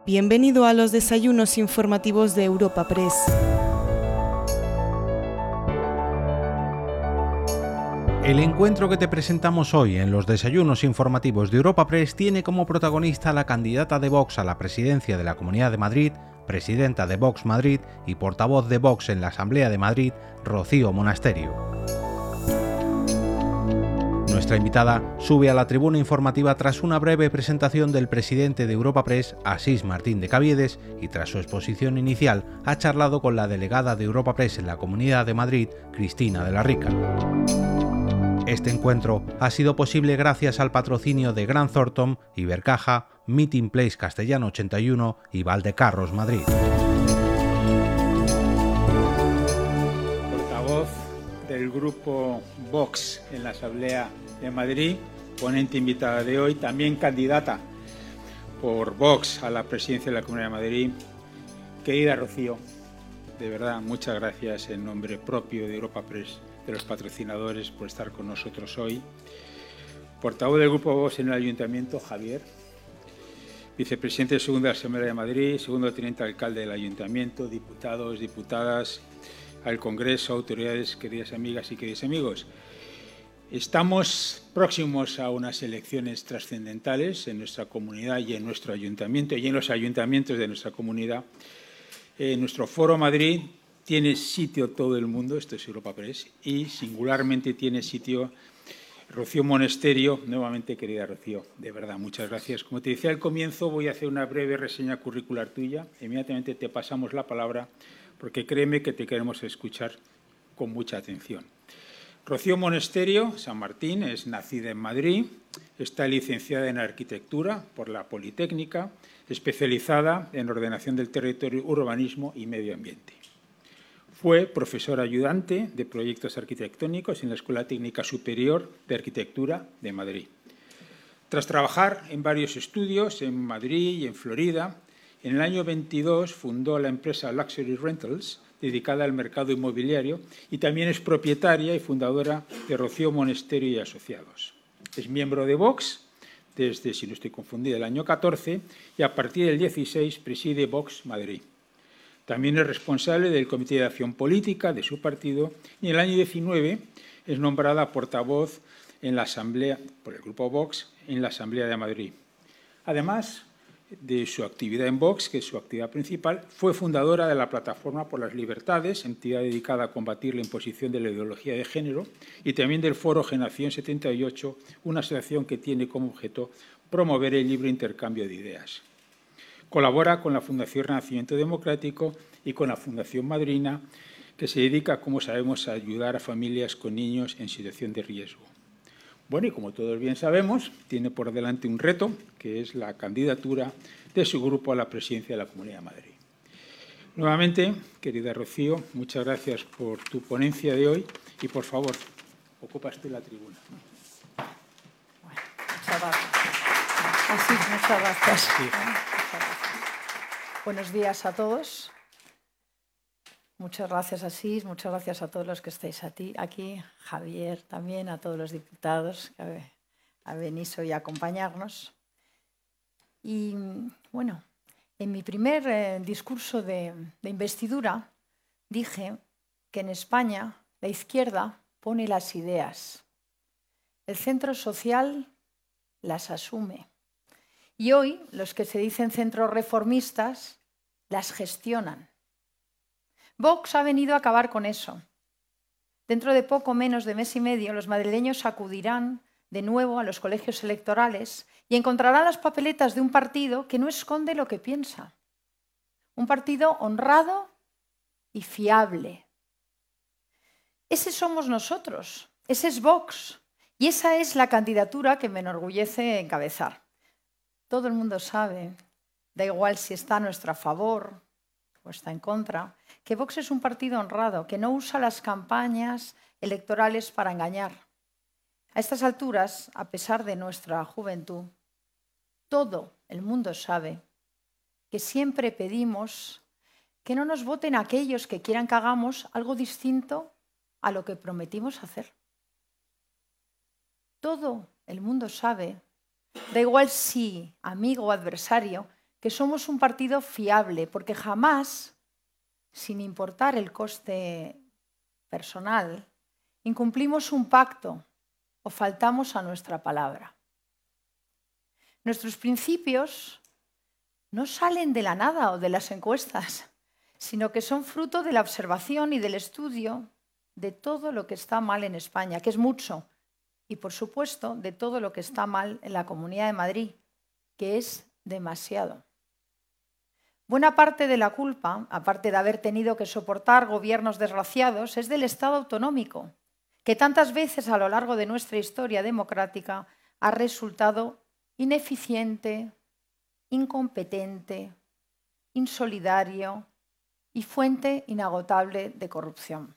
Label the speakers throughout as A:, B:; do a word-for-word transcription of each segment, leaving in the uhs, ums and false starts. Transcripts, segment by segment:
A: Bienvenido a los desayunos informativos de Europa Press.
B: El encuentro que te presentamos hoy en los desayunos informativos de Europa Press tiene como protagonista a la candidata de Vox a la presidencia de la Comunidad de Madrid, presidenta de Vox Madrid y portavoz de Vox en la Asamblea de Madrid, Rocío Monasterio. Nuestra invitada sube a la tribuna informativa tras una breve presentación del presidente de Europa Press, Asís Martín de Caviedes, y tras su exposición inicial ha charlado con la delegada de Europa Press en la Comunidad de Madrid, Cristina de la Rica. Este encuentro ha sido posible gracias al patrocinio de Grant Thornton, Ibercaja, Meeting Place Castellano ochenta y uno y Valdecarros Madrid.
C: Portavoz del grupo Vox en la Asamblea de Madrid, ponente invitada de hoy, también candidata por Vox a la presidencia de la Comunidad de Madrid. Querida Rocío, de verdad, muchas gracias en nombre propio de Europa Press, de los patrocinadores, por estar con nosotros hoy. Portavoz del Grupo Vox en el Ayuntamiento, Javier. Vicepresidente segundo de la Asamblea de Madrid, segundo teniente alcalde del Ayuntamiento, diputados, diputadas, al Congreso, autoridades, queridas amigas y queridos amigos. Estamos próximos a unas elecciones trascendentales en nuestra comunidad y en nuestro ayuntamiento y en los ayuntamientos de nuestra comunidad. Eh, nuestro Foro Madrid tiene sitio todo el mundo, esto es Europa Press, y singularmente tiene sitio Rocío Monasterio. Nuevamente, querida Rocío, de verdad, muchas gracias. Como te decía al comienzo, voy a hacer una breve reseña curricular tuya. Inmediatamente te pasamos la palabra, porque créeme que te queremos escuchar con mucha atención. Rocío Monasterio San Martín es nacida en Madrid, está licenciada en Arquitectura por la Politécnica, especializada en Ordenación del Territorio, Urbanismo y Medio Ambiente. Fue profesora ayudante de proyectos arquitectónicos en la Escuela Técnica Superior de Arquitectura de Madrid. Tras trabajar en varios estudios en Madrid y en Florida, en el año veintidós fundó la empresa Luxury Rentals, dedicada al mercado inmobiliario, y también es propietaria y fundadora de Rocío Monasterio y Asociados. Es miembro de Vox desde, si no estoy confundida, el año catorce, y a partir del dieciséis preside Vox Madrid. También es responsable del Comité de Acción Política de su partido y en el año diecinueve es nombrada portavoz en la Asamblea, por el Grupo Vox en la Asamblea de Madrid. Además de su actividad en Vox, que es su actividad principal, fue fundadora de la Plataforma por las Libertades, entidad dedicada a combatir la imposición de la ideología de género, y también del Foro Generación setenta y ocho, una asociación que tiene como objeto promover el libre intercambio de ideas. Colabora con la Fundación Renacimiento Democrático y con la Fundación Madrina, que se dedica, como sabemos, a ayudar a familias con niños en situación de riesgo. Bueno, y como todos bien sabemos, tiene por delante un reto, que es la candidatura de su grupo a la presidencia de la Comunidad de Madrid. Nuevamente, querida Rocío, muchas gracias por tu ponencia de hoy y, por favor, ocupas tú la tribuna.
D: Bueno, muchas gracias. Así, muchas gracias.
C: Sí.
D: Muchas gracias. Buenos días a todos. Muchas gracias, Asís. Muchas gracias a todos los que estáis aquí. Javier también, a todos los diputados que venís hoy a acompañarnos. Y, bueno, en mi primer eh, discurso de, de investidura dije que en España la izquierda pone las ideas, el centro social las asume. Y hoy los que se dicen centros reformistas las gestionan. Vox ha venido a acabar con eso. Dentro de poco menos de mes y medio, los madrileños acudirán de nuevo a los colegios electorales y encontrarán las papeletas de un partido que no esconde lo que piensa. Un partido honrado y fiable. Ese somos nosotros, ese es Vox, y esa es la candidatura que me enorgullece encabezar. Todo el mundo sabe, da igual si está a nuestro favor o está en contra, que Vox es un partido honrado, que no usa las campañas electorales para engañar. A estas alturas, a pesar de nuestra juventud, todo el mundo sabe que siempre pedimos que no nos voten aquellos que quieran que hagamos algo distinto a lo que prometimos hacer. Todo el mundo sabe, da igual si amigo o adversario, que somos un partido fiable, porque jamás, sin importar el coste personal, incumplimos un pacto o faltamos a nuestra palabra. Nuestros principios no salen de la nada o de las encuestas, sino que son fruto de la observación y del estudio de todo lo que está mal en España, que es mucho, y por supuesto de todo lo que está mal en la Comunidad de Madrid, que es demasiado. Buena parte de la culpa, aparte de haber tenido que soportar gobiernos desgraciados, es del Estado autonómico, que tantas veces a lo largo de nuestra historia democrática ha resultado ineficiente, incompetente, insolidario y fuente inagotable de corrupción.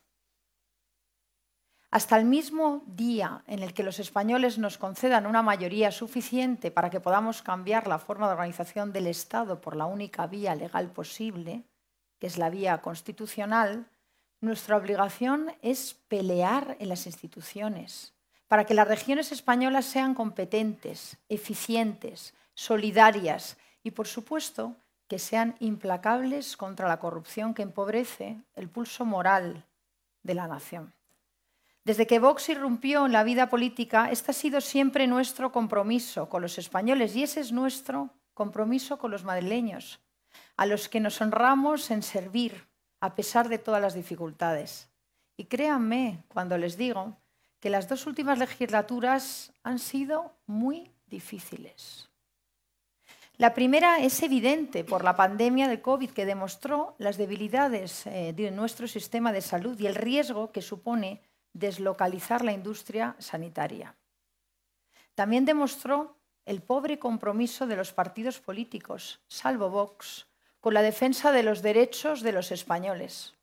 D: Hasta el mismo día en el que los españoles nos concedan una mayoría suficiente para que podamos cambiar la forma de organización del Estado por la única vía legal posible, que es la vía constitucional, nuestra obligación es pelear en las instituciones para que las regiones españolas sean competentes, eficientes, solidarias y, por supuesto, que sean implacables contra la corrupción que empobrece el pulso moral de la nación. Desde que Vox irrumpió en la vida política, este ha sido siempre nuestro compromiso con los españoles y ese es nuestro compromiso con los madrileños, a los que nos honramos en servir a pesar de todas las dificultades. Y créanme cuando les digo que las dos últimas legislaturas han sido muy difíciles. La primera es evidente por la pandemia de COVID que demostró las debilidades de nuestro sistema de salud y el riesgo que supone deslocalizar la industria sanitaria. También demostró el pobre compromiso de los partidos políticos, salvo Vox, con la defensa de los derechos de los españoles.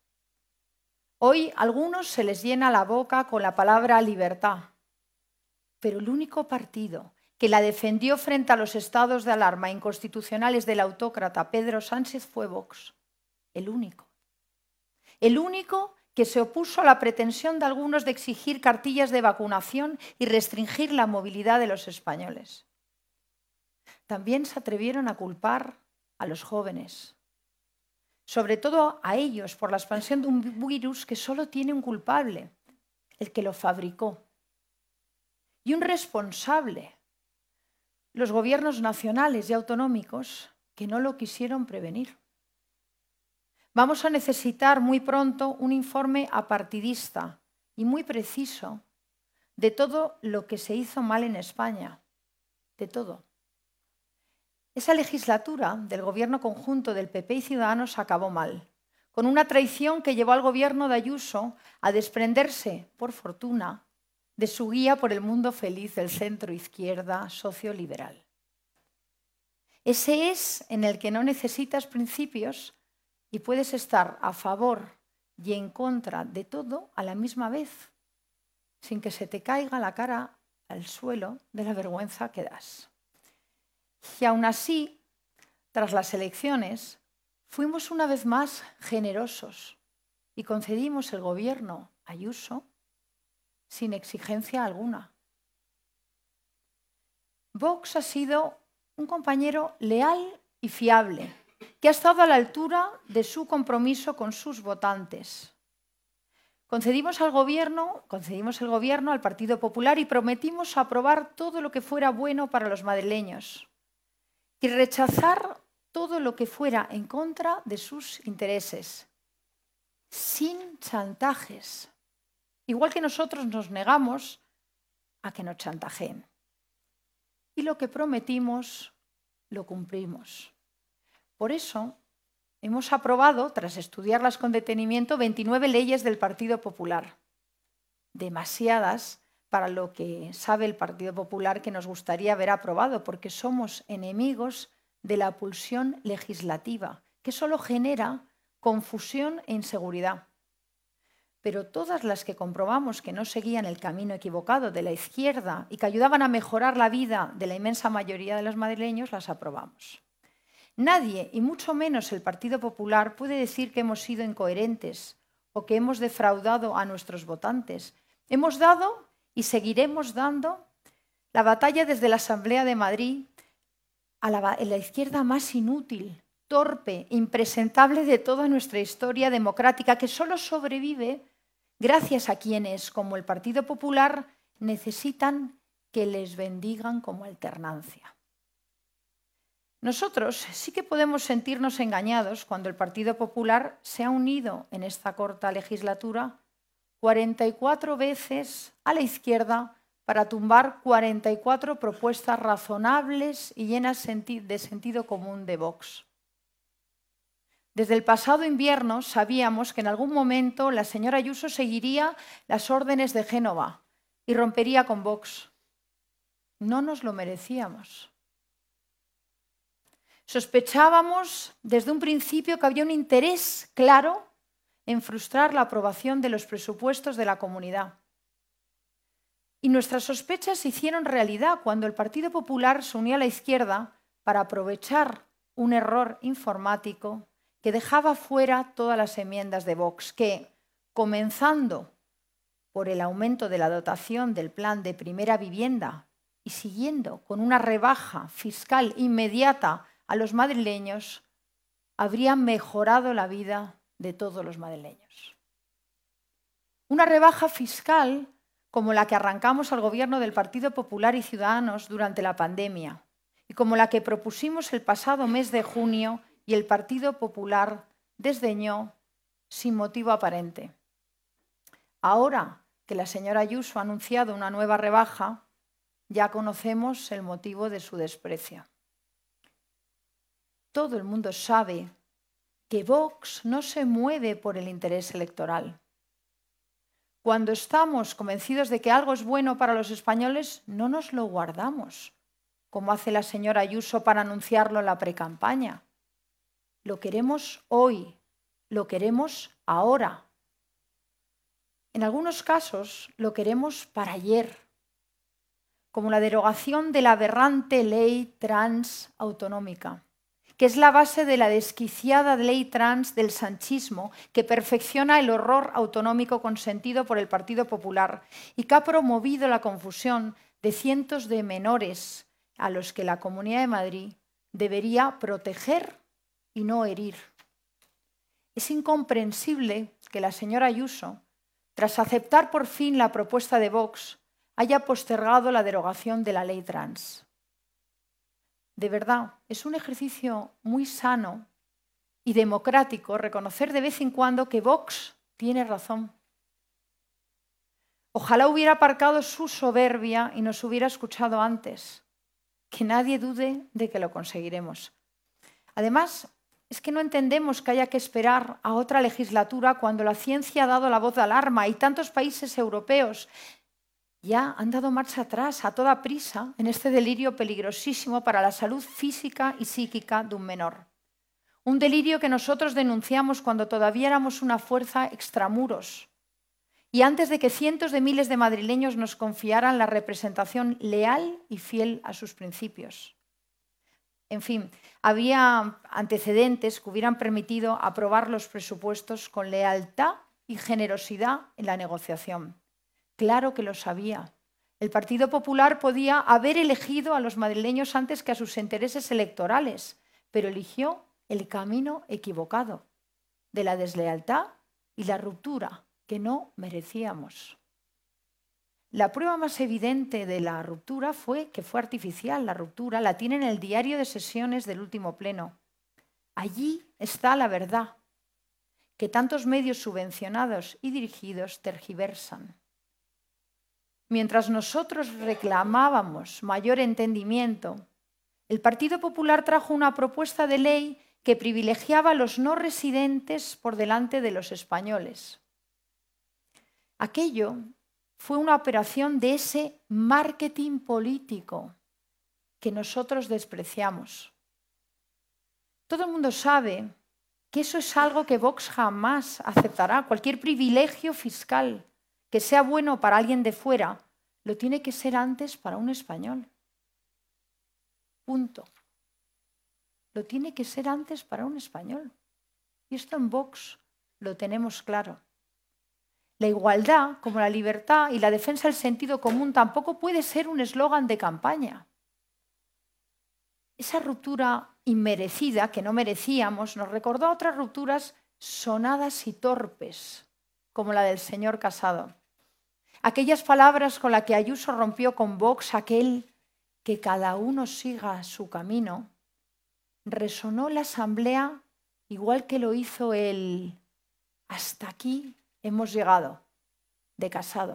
D: Hoy a algunos se les llena la boca con la palabra libertad, pero el único partido que la defendió frente a los estados de alarma inconstitucionales del autócrata Pedro Sánchez fue Vox. El único. El único que se opuso a la pretensión de algunos de exigir cartillas de vacunación y restringir la movilidad de los españoles. También se atrevieron a culpar a los jóvenes, sobre todo a ellos por la expansión de un virus que solo tiene un culpable, el que lo fabricó, y un responsable, los gobiernos nacionales y autonómicos que no lo quisieron prevenir. Vamos a necesitar muy pronto un informe apartidista y muy preciso de todo lo que se hizo mal en España, de todo. Esa legislatura del gobierno conjunto del P P y Ciudadanos acabó mal, con una traición que llevó al gobierno de Ayuso a desprenderse, por fortuna, de su guía por el mundo feliz del centro-izquierda socioliberal. Ese es en el que no necesitas principios y puedes estar a favor y en contra de todo a la misma vez, sin que se te caiga la cara al suelo de la vergüenza que das. Y aún así, tras las elecciones, fuimos una vez más generosos y concedimos el gobierno a Ayuso sin exigencia alguna. Vox ha sido un compañero leal y fiable, que ha estado a la altura de su compromiso con sus votantes. Concedimos al gobierno, concedimos el gobierno al Partido Popular y prometimos aprobar todo lo que fuera bueno para los madrileños y rechazar todo lo que fuera en contra de sus intereses, sin chantajes, igual que nosotros nos negamos a que nos chantajeen. Y lo que prometimos, lo cumplimos. Por eso, hemos aprobado, tras estudiarlas con detenimiento, veintinueve leyes del Partido Popular. Demasiadas para lo que sabe el Partido Popular que nos gustaría haber aprobado, porque somos enemigos de la pulsión legislativa, que solo genera confusión e inseguridad. Pero todas las que comprobamos que no seguían el camino equivocado de la izquierda y que ayudaban a mejorar la vida de la inmensa mayoría de los madrileños, las aprobamos. Nadie, y mucho menos el Partido Popular, puede decir que hemos sido incoherentes o que hemos defraudado a nuestros votantes. Hemos dado y seguiremos dando la batalla desde la Asamblea de Madrid a la, a la izquierda más inútil, torpe, impresentable de toda nuestra historia democrática, que solo sobrevive gracias a quienes, como el Partido Popular, necesitan que les bendigan como alternancia. Nosotros sí que podemos sentirnos engañados cuando el Partido Popular se ha unido en esta corta legislatura cuarenta y cuatro veces a la izquierda para tumbar cuarenta y cuatro propuestas razonables y llenas de sentido común de Vox. Desde el pasado invierno sabíamos que en algún momento la señora Ayuso seguiría las órdenes de Génova y rompería con Vox. No nos lo merecíamos. Sospechábamos desde un principio que había un interés claro en frustrar la aprobación de los presupuestos de la comunidad. Y nuestras sospechas se hicieron realidad cuando el Partido Popular se unió a la izquierda para aprovechar un error informático que dejaba fuera todas las enmiendas de Vox, que, comenzando por el aumento de la dotación del plan de primera vivienda y siguiendo con una rebaja fiscal inmediata a los madrileños, habrían mejorado la vida de todos los madrileños. Una rebaja fiscal como la que arrancamos al gobierno del Partido Popular y Ciudadanos durante la pandemia y como la que propusimos el pasado mes de junio y el Partido Popular desdeñó sin motivo aparente. Ahora que la señora Ayuso ha anunciado una nueva rebaja, ya conocemos el motivo de su desprecio. Todo el mundo sabe que Vox no se mueve por el interés electoral. Cuando estamos convencidos de que algo es bueno para los españoles, no nos lo guardamos, como hace la señora Ayuso para anunciarlo en la precampaña. Lo queremos hoy, lo queremos ahora. En algunos casos lo queremos para ayer, como la derogación de la aberrante ley trans autonómica, que es la base de la desquiciada ley trans del sanchismo que perfecciona el horror autonómico consentido por el Partido Popular y que ha promovido la confusión de cientos de menores a los que la Comunidad de Madrid debería proteger y no herir. Es incomprensible que la señora Ayuso, tras aceptar por fin la propuesta de Vox, haya postergado la derogación de la ley trans. De verdad, es un ejercicio muy sano y democrático reconocer de vez en cuando que Vox tiene razón. Ojalá hubiera aparcado su soberbia y nos hubiera escuchado antes. Que nadie dude de que lo conseguiremos. Además, es que no entendemos que haya que esperar a otra legislatura cuando la ciencia ha dado la voz de alarma y tantos países europeos ya han dado marcha atrás a toda prisa en este delirio peligrosísimo para la salud física y psíquica de un menor. Un delirio que nosotros denunciamos cuando todavía éramos una fuerza extramuros y antes de que cientos de miles de madrileños nos confiaran la representación leal y fiel a sus principios. En fin, había antecedentes que hubieran permitido aprobar los presupuestos con lealtad y generosidad en la negociación. Claro que lo sabía. El Partido Popular podía haber elegido a los madrileños antes que a sus intereses electorales, pero eligió el camino equivocado, de la deslealtad y la ruptura que no merecíamos. La prueba más evidente de la ruptura fue que fue artificial. La ruptura la tiene en el diario de sesiones del último pleno. Allí está la verdad, que tantos medios subvencionados y dirigidos tergiversan. Mientras nosotros reclamábamos mayor entendimiento, el Partido Popular trajo una propuesta de ley que privilegiaba a los no residentes por delante de los españoles. Aquello fue una operación de ese marketing político que nosotros despreciamos. Todo el mundo sabe que eso es algo que Vox jamás aceptará. Cualquier privilegio fiscal que sea bueno para alguien de fuera, lo tiene que ser antes para un español. Punto. Lo tiene que ser antes para un español. Y esto en Vox lo tenemos claro. La igualdad, como la libertad y la defensa del sentido común, tampoco puede ser un eslogan de campaña. esa ruptura inmerecida, que no merecíamos, nos recordó a otras rupturas sonadas y torpes, como la del señor Casado. Aquellas palabras con las que Ayuso rompió con Vox, aquel que cada uno siga su camino, resonó en la Asamblea igual que lo hizo el hasta aquí hemos llegado, de Casado.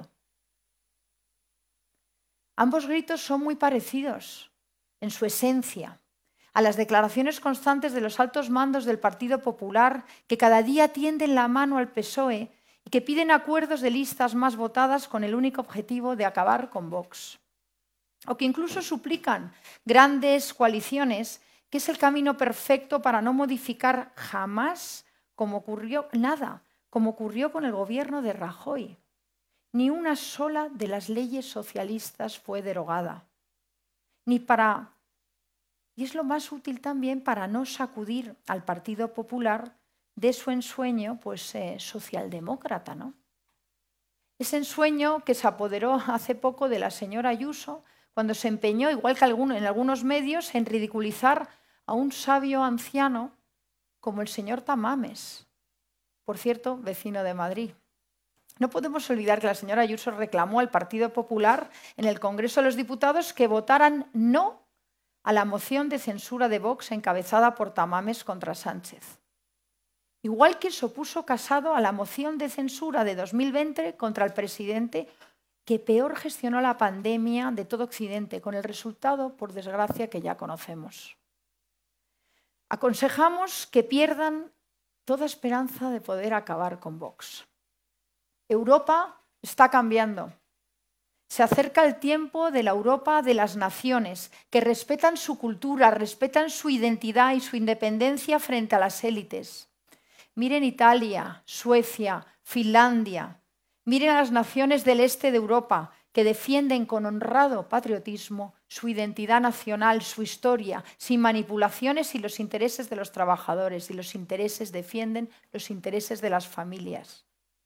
D: Ambos gritos son muy parecidos en su esencia a las declaraciones constantes de los altos mandos del Partido Popular que cada día tienden la mano al P S O E y que piden acuerdos de listas más votadas con el único objetivo de acabar con Vox. O que incluso suplican grandes coaliciones, que es el camino perfecto para no modificar jamás, como ocurrió, nada, como ocurrió con el gobierno de Rajoy. Ni una sola de las leyes socialistas fue derogada. Ni para, y es lo más útil también para no sacudir al Partido Popular de su ensueño pues, eh, socialdemócrata, ¿no? Ese ensueño que se apoderó hace poco de la señora Ayuso cuando se empeñó, igual que en algunos medios, en ridiculizar a un sabio anciano como el señor Tamames, por cierto, vecino de Madrid. No podemos olvidar que la señora Ayuso reclamó al Partido Popular en el Congreso de los Diputados que votaran no a la moción de censura de Vox encabezada por Tamames contra Sánchez. Igual que se opuso Casado a la moción de censura de dos mil veinte contra el presidente que peor gestionó la pandemia de todo Occidente, con el resultado, por desgracia, que ya conocemos. Aconsejamos que pierdan toda esperanza de poder acabar con Vox. Europa está cambiando. Se acerca el tiempo de la Europa de las naciones, que respetan su cultura, respetan su identidad y su independencia frente a las élites. Miren Italia, Suecia, Finlandia. Miren a las naciones del este de Europa, que defienden con honrado patriotismo su identidad nacional, su historia, sin manipulaciones y los intereses de los trabajadores, y los intereses defienden los intereses de las familias.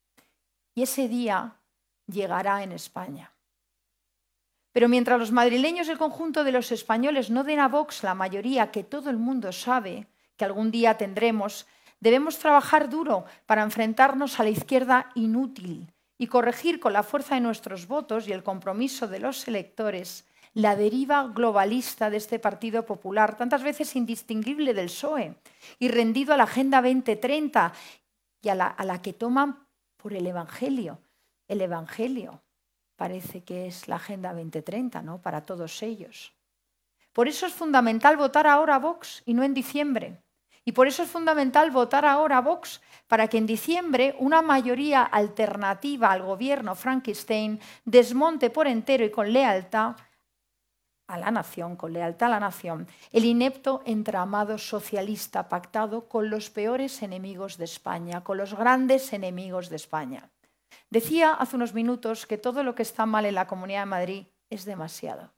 D: Y ese día llegará en España. Pero mientras los madrileños y el conjunto de los españoles no den a Vox la mayoría que todo el mundo sabe que algún día tendremos, debemos trabajar duro para enfrentarnos a la izquierda inútil y corregir con la fuerza de nuestros votos y el compromiso de los electores la deriva globalista de este Partido Popular, tantas veces indistinguible del P S O E, y rendido a la Agenda veinte treinta y a la, a la que toman por el Evangelio. El Evangelio parece que es la Agenda veinte treinta, ¿no? Para todos ellos. Por eso es fundamental votar ahora a Vox y no en diciembre. Y por eso es fundamental votar ahora a Vox para que en diciembre una mayoría alternativa al gobierno Frankenstein desmonte por entero y con lealtad a la nación, con lealtad a la nación, el inepto entramado socialista pactado con los peores enemigos de España, con los grandes enemigos de España. Decía hace unos minutos que todo lo que está mal en la Comunidad de Madrid es demasiado.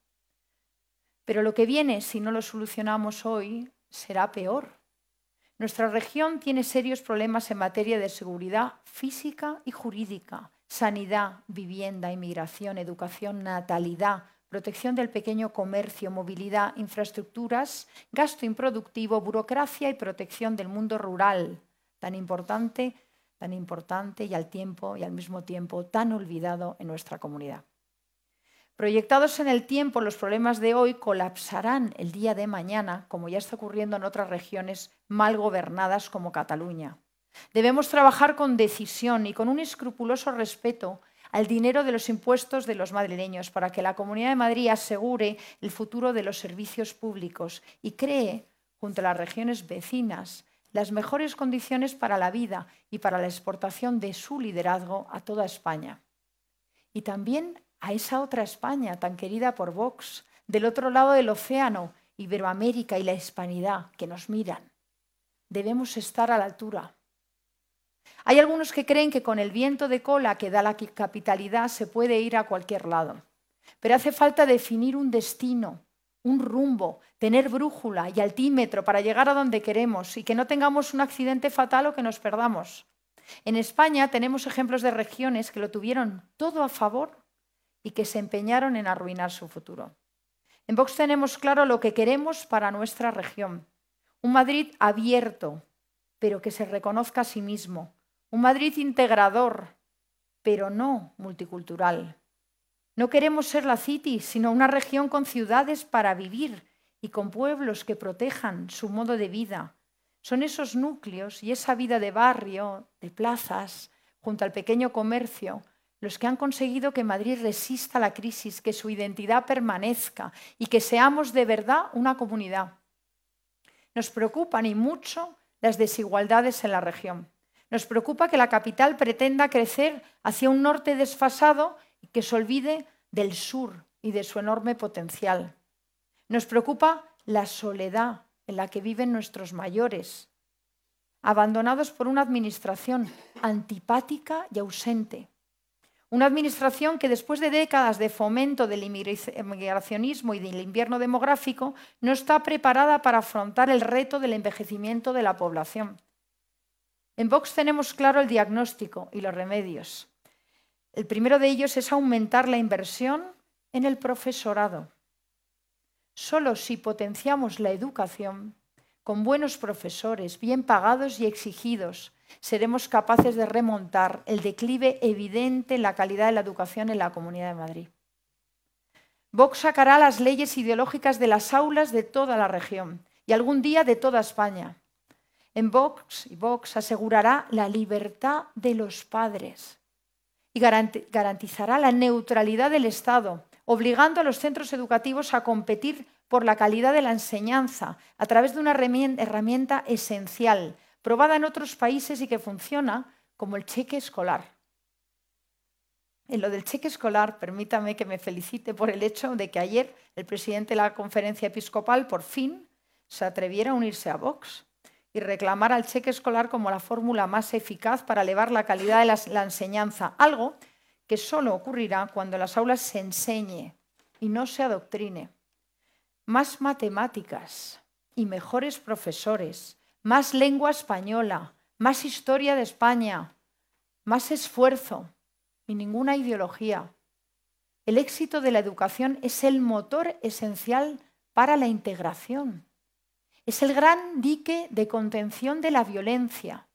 D: Pero lo que viene, si no lo solucionamos hoy, será peor. Nuestra región tiene serios problemas en materia de seguridad física y jurídica, sanidad, vivienda, inmigración, educación, natalidad, protección del pequeño comercio, movilidad, infraestructuras, gasto improductivo, burocracia y protección del mundo rural, tan importante, tan importante y al tiempo y al mismo tiempo tan olvidado en nuestra comunidad. Proyectados en el tiempo, los problemas de hoy colapsarán el día de mañana, como ya está ocurriendo en otras regiones mal gobernadas como Cataluña. Debemos trabajar con decisión y con un escrupuloso respeto al dinero de los impuestos de los madrileños para que la Comunidad de Madrid asegure el futuro de los servicios públicos y cree, junto a las regiones vecinas, las mejores condiciones para la vida y para la exportación de su liderazgo a toda España. Y también a esa otra España tan querida por Vox, del otro lado del océano, Iberoamérica y la hispanidad, que nos miran. Debemos estar a la altura. Hay algunos que creen que con el viento de cola que da la capitalidad se puede ir a cualquier lado. Pero hace falta definir un destino, un rumbo, tener brújula y altímetro para llegar a donde queremos y que no tengamos un accidente fatal o que nos perdamos. En España tenemos ejemplos de regiones que lo tuvieron todo a favor y que se empeñaron en arruinar su futuro. En Vox tenemos claro lo que queremos para nuestra región. Un Madrid abierto, pero que se reconozca a sí mismo. Un Madrid integrador, pero no multicultural. No queremos ser la City, sino una región con ciudades para vivir y con pueblos que protejan su modo de vida. Son esos núcleos y esa vida de barrio, de plazas, junto al pequeño comercio, los que han conseguido que Madrid resista la crisis, que su identidad permanezca y que seamos de verdad una comunidad. Nos preocupan y mucho las desigualdades en la región. Nos preocupa que la capital pretenda crecer hacia un norte desfasado y que se olvide del sur y de su enorme potencial. Nos preocupa la soledad en la que viven nuestros mayores, abandonados por una administración antipática y ausente. Una administración que después de décadas de fomento del inmigracionismo y del invierno demográfico no está preparada para afrontar el reto del envejecimiento de la población. En Vox tenemos claro el diagnóstico y los remedios. El primero de ellos es aumentar la inversión en el profesorado. Solo si potenciamos la educación, con buenos profesores, bien pagados y exigidos, seremos capaces de remontar el declive evidente en la calidad de la educación en la Comunidad de Madrid. Vox sacará las leyes ideológicas de las aulas de toda la región y algún día de toda España. En Vox, y Vox asegurará la libertad de los padres y garantizará la neutralidad del Estado, obligando a los centros educativos a competir por la calidad de la enseñanza a través de una herramienta esencial, probada en otros países y que funciona como el cheque escolar. En lo del cheque escolar, permítame que me felicite por el hecho de que ayer el presidente de la Conferencia Episcopal por fin se atreviera a unirse a Vox y reclamar al cheque escolar como la fórmula más eficaz para elevar la calidad de la, la enseñanza, algo que solo ocurrirá cuando en las aulas se enseñe y no se adoctrine. Más matemáticas y mejores profesores, más lengua española, más historia de España, más esfuerzo y ninguna ideología. El éxito de la educación es el motor esencial para la integración. Es el gran dique de contención de la violencia.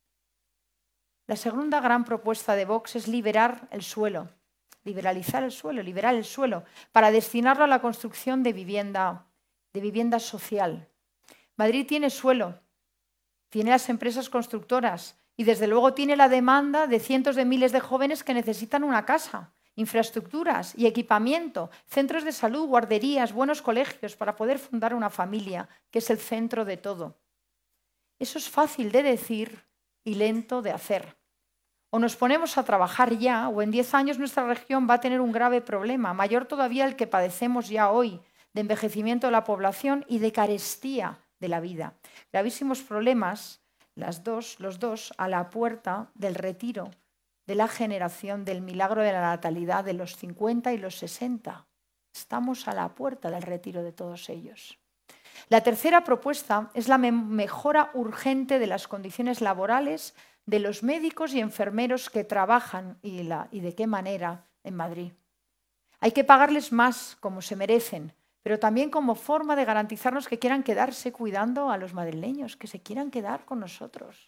D: La segunda gran propuesta de Vox es liberar el suelo, liberalizar el suelo, liberar el suelo, para destinarlo a la construcción de vivienda, de vivienda social. Madrid tiene suelo, tiene las empresas constructoras y desde luego tiene la demanda de cientos de miles de jóvenes que necesitan una casa, infraestructuras y equipamiento, centros de salud, guarderías, buenos colegios para poder fundar una familia, que es el centro de todo. Eso es fácil de decir y lento de hacer. O nos ponemos a trabajar ya, o en diez años nuestra región va a tener un grave problema, mayor todavía el que padecemos ya hoy, de envejecimiento de la población y de carestía de la vida. Gravísimos problemas, las dos, los dos, a la puerta del retiro de la generación del milagro de la natalidad de los cincuenta y los sesenta. Estamos a la puerta del retiro de todos ellos. La tercera propuesta es la me- mejora urgente de las condiciones laborales de los médicos y enfermeros que trabajan y, la, y de qué manera en Madrid. Hay que pagarles más como se merecen, pero también como forma de garantizarnos que quieran quedarse cuidando a los madrileños, que se quieran quedar con nosotros.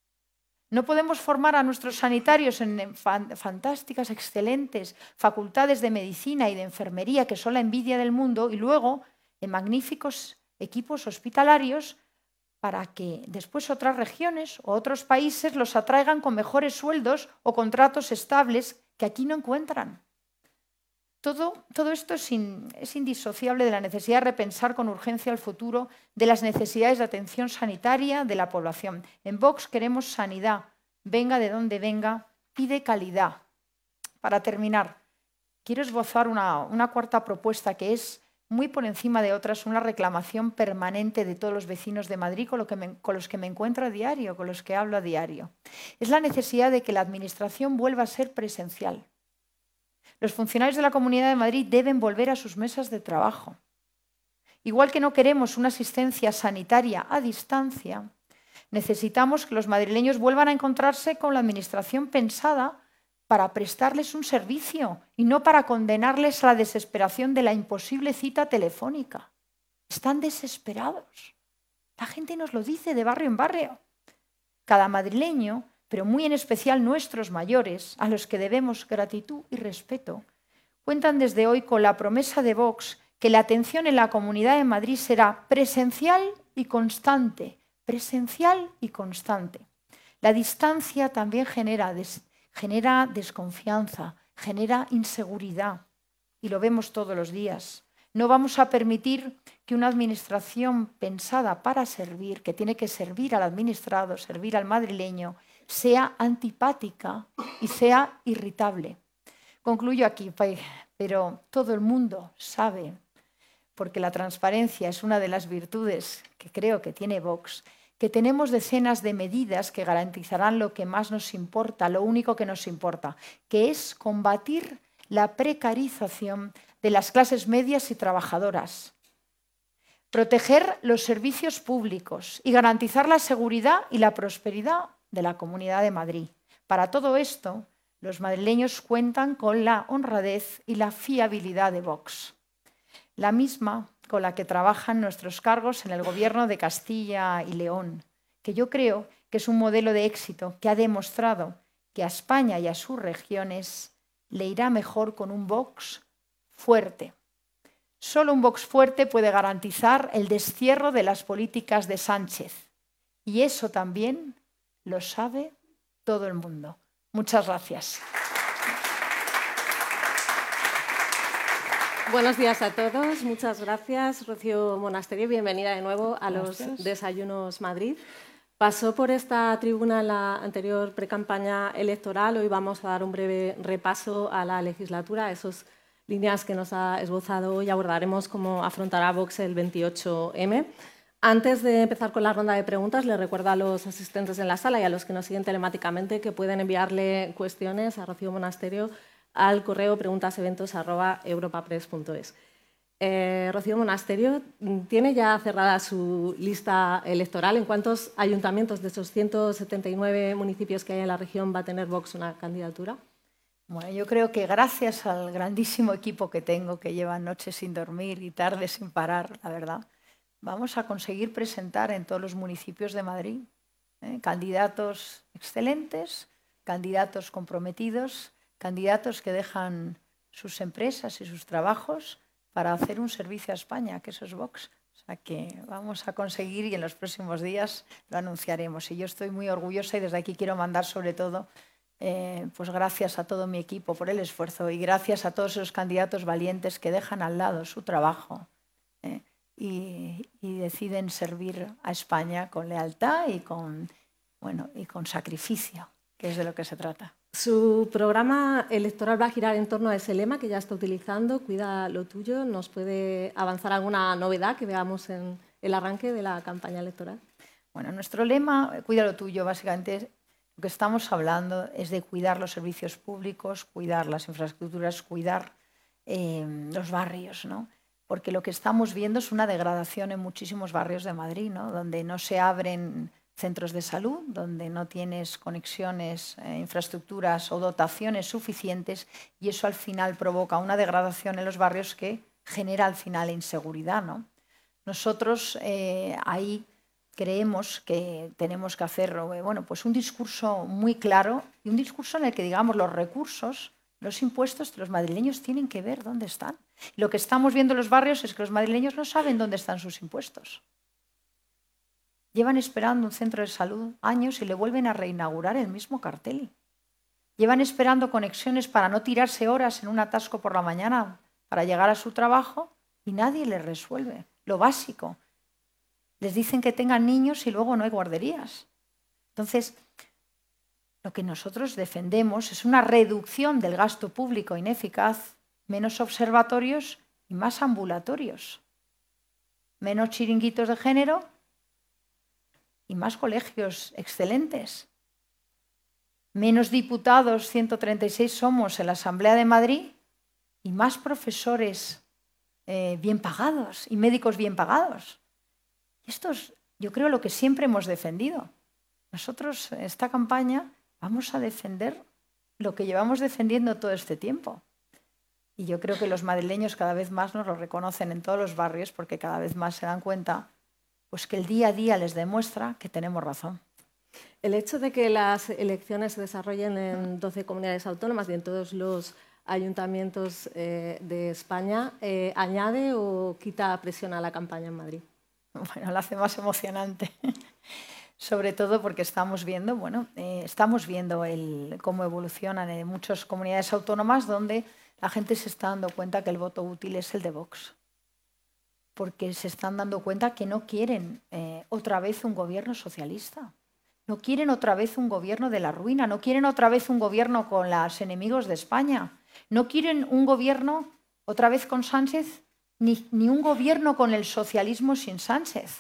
D: No podemos formar a nuestros sanitarios en fantásticas, excelentes facultades de medicina y de enfermería, que son la envidia del mundo, y luego en magníficos equipos hospitalarios para que después otras regiones o otros países los atraigan con mejores sueldos o contratos estables que aquí no encuentran. Todo, todo esto es, in, es indisociable de la necesidad de repensar con urgencia el futuro de las necesidades de atención sanitaria de la población. En Vox queremos sanidad, venga de donde venga, y de calidad. Para terminar, quiero esbozar una, una cuarta propuesta que es muy por encima de otras, una reclamación permanente de todos los vecinos de Madrid con, lo que me, con los que me encuentro a diario, con los que hablo a diario. Es la necesidad de que la administración vuelva a ser presencial. Los funcionarios de la Comunidad de Madrid deben volver a sus mesas de trabajo. Igual que no queremos una asistencia sanitaria a distancia, necesitamos que los madrileños vuelvan a encontrarse con la administración pensada para prestarles un servicio y no para condenarles a la desesperación de la imposible cita telefónica. Están desesperados. La gente nos lo dice de barrio en barrio. Cada madrileño, pero muy en especial nuestros mayores, a los que debemos gratitud y respeto, cuentan desde hoy con la promesa de Vox que la atención en la Comunidad de Madrid será presencial y constante, presencial y constante. La distancia también genera, des, genera desconfianza, genera inseguridad y lo vemos todos los días. No vamos a permitir que una administración pensada para servir, que tiene que servir al administrado, servir al madrileño, sea antipática y sea irritable. Concluyo aquí, pero todo el mundo sabe, porque la transparencia es una de las virtudes que creo que tiene Vox, que tenemos decenas de medidas que garantizarán lo que más nos importa, lo único que nos importa, que es combatir la precarización de las clases medias y trabajadoras, proteger los servicios públicos y garantizar la seguridad y la prosperidad de la Comunidad de Madrid. Para todo esto, los madrileños cuentan con la honradez y la fiabilidad de Vox, la misma con la que trabajan nuestros cargos en el Gobierno de Castilla y León, que yo creo que es un modelo de éxito que ha demostrado que a España y a sus regiones le irá mejor con un Vox fuerte. Solo un Vox fuerte puede garantizar el destierro de las políticas de Sánchez. Y eso también lo sabe todo el mundo. Muchas gracias.
E: Buenos días a todos. Muchas gracias, Rocío Monasterio. Bienvenida de nuevo a los
D: Gracias.
E: Desayunos Madrid. Pasó por esta tribuna en la anterior precampaña electoral. Hoy vamos a dar un breve repaso a la legislatura, a esas líneas que nos ha esbozado hoy. Abordaremos cómo afrontará Vox el veintiocho eme. Antes de empezar con la ronda de preguntas, les recuerdo a los asistentes en la sala y a los que nos siguen telemáticamente que pueden enviarle cuestiones a Rocío Monasterio al correo preguntaseventos arroba europapress punto es. Eh, Rocío Monasterio, ¿tiene ya cerrada su lista electoral? ¿En cuántos ayuntamientos de esos ciento setenta y nueve municipios que hay en la región va a tener Vox una candidatura?
D: Bueno, yo creo que gracias al grandísimo equipo que tengo, que lleva noches sin dormir y tardes sin parar, la verdad, vamos a conseguir presentar en todos los municipios de Madrid ¿eh? candidatos excelentes, candidatos comprometidos, candidatos que dejan sus empresas y sus trabajos para hacer un servicio a España, que eso es Vox. O sea que vamos a conseguir y en los próximos días lo anunciaremos. Y yo estoy muy orgullosa y desde aquí quiero mandar sobre todo eh, pues gracias a todo mi equipo por el esfuerzo y gracias a todos esos candidatos valientes que dejan al lado su trabajo eh, y, y deciden servir a España con lealtad y con, bueno, y con sacrificio, que es de lo que se trata.
E: Su programa electoral va a girar en torno a ese lema que ya está utilizando, Cuida lo tuyo. ¿Nos puede avanzar alguna novedad que veamos en el arranque de la campaña electoral?
D: Bueno, nuestro lema, Cuida lo tuyo, básicamente lo que estamos hablando es de cuidar los servicios públicos, cuidar las infraestructuras, cuidar eh, los barrios, ¿no? Porque lo que estamos viendo es una degradación en muchísimos barrios de Madrid, ¿no? Donde no se abren centros de salud, donde no tienes conexiones, eh, infraestructuras o dotaciones suficientes y eso al final provoca una degradación en los barrios que genera al final inseguridad, ¿no? Nosotros eh, ahí creemos que tenemos que hacer eh, bueno, pues un discurso muy claro y un discurso en el que digamos los recursos, los impuestos de los madrileños tienen que ver dónde están. Y lo que estamos viendo en los barrios es que los madrileños no saben dónde están sus impuestos. Llevan esperando un centro de salud años y le vuelven a reinaugurar el mismo cartel. Llevan esperando conexiones para no tirarse horas en un atasco por la mañana para llegar a su trabajo y nadie les resuelve lo básico. Les dicen que tengan niños y luego no hay guarderías. Entonces, lo que nosotros defendemos es una reducción del gasto público ineficaz, menos observatorios y más ambulatorios, menos chiringuitos de género y más colegios excelentes. Menos diputados, ciento treinta y seis somos en la Asamblea de Madrid, y más profesores eh, bien pagados y médicos bien pagados. Esto es, yo creo, lo que siempre hemos defendido. Nosotros, esta campaña, vamos a defender lo que llevamos defendiendo todo este tiempo. Y yo creo que los madrileños cada vez más nos lo reconocen en todos los barrios porque cada vez más se dan cuenta pues, que el día a día les demuestra que tenemos razón.
E: El hecho de que las elecciones se desarrollen en doce comunidades autónomas y en todos los ayuntamientos eh, de España, eh, ¿añade o quita presión a la campaña en Madrid?
D: Bueno, la hace más emocionante. Sobre todo porque estamos viendo, bueno, eh, estamos viendo el, cómo evolucionan en muchas comunidades autónomas donde la gente se está dando cuenta que el voto útil es el de Vox. Porque se están dando cuenta que no quieren eh, otra vez un gobierno socialista. No quieren otra vez un gobierno de la ruina. No quieren otra vez un gobierno con los enemigos de España. No quieren un gobierno otra vez con Sánchez, ni, ni un gobierno con el socialismo sin Sánchez.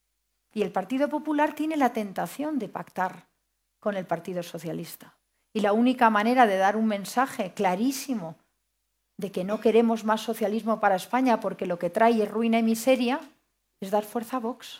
D: Y el Partido Popular tiene la tentación de pactar con el Partido Socialista. Y la única manera de dar un mensaje clarísimo de que no queremos más socialismo para España porque lo que trae es ruina y miseria es dar fuerza a Vox.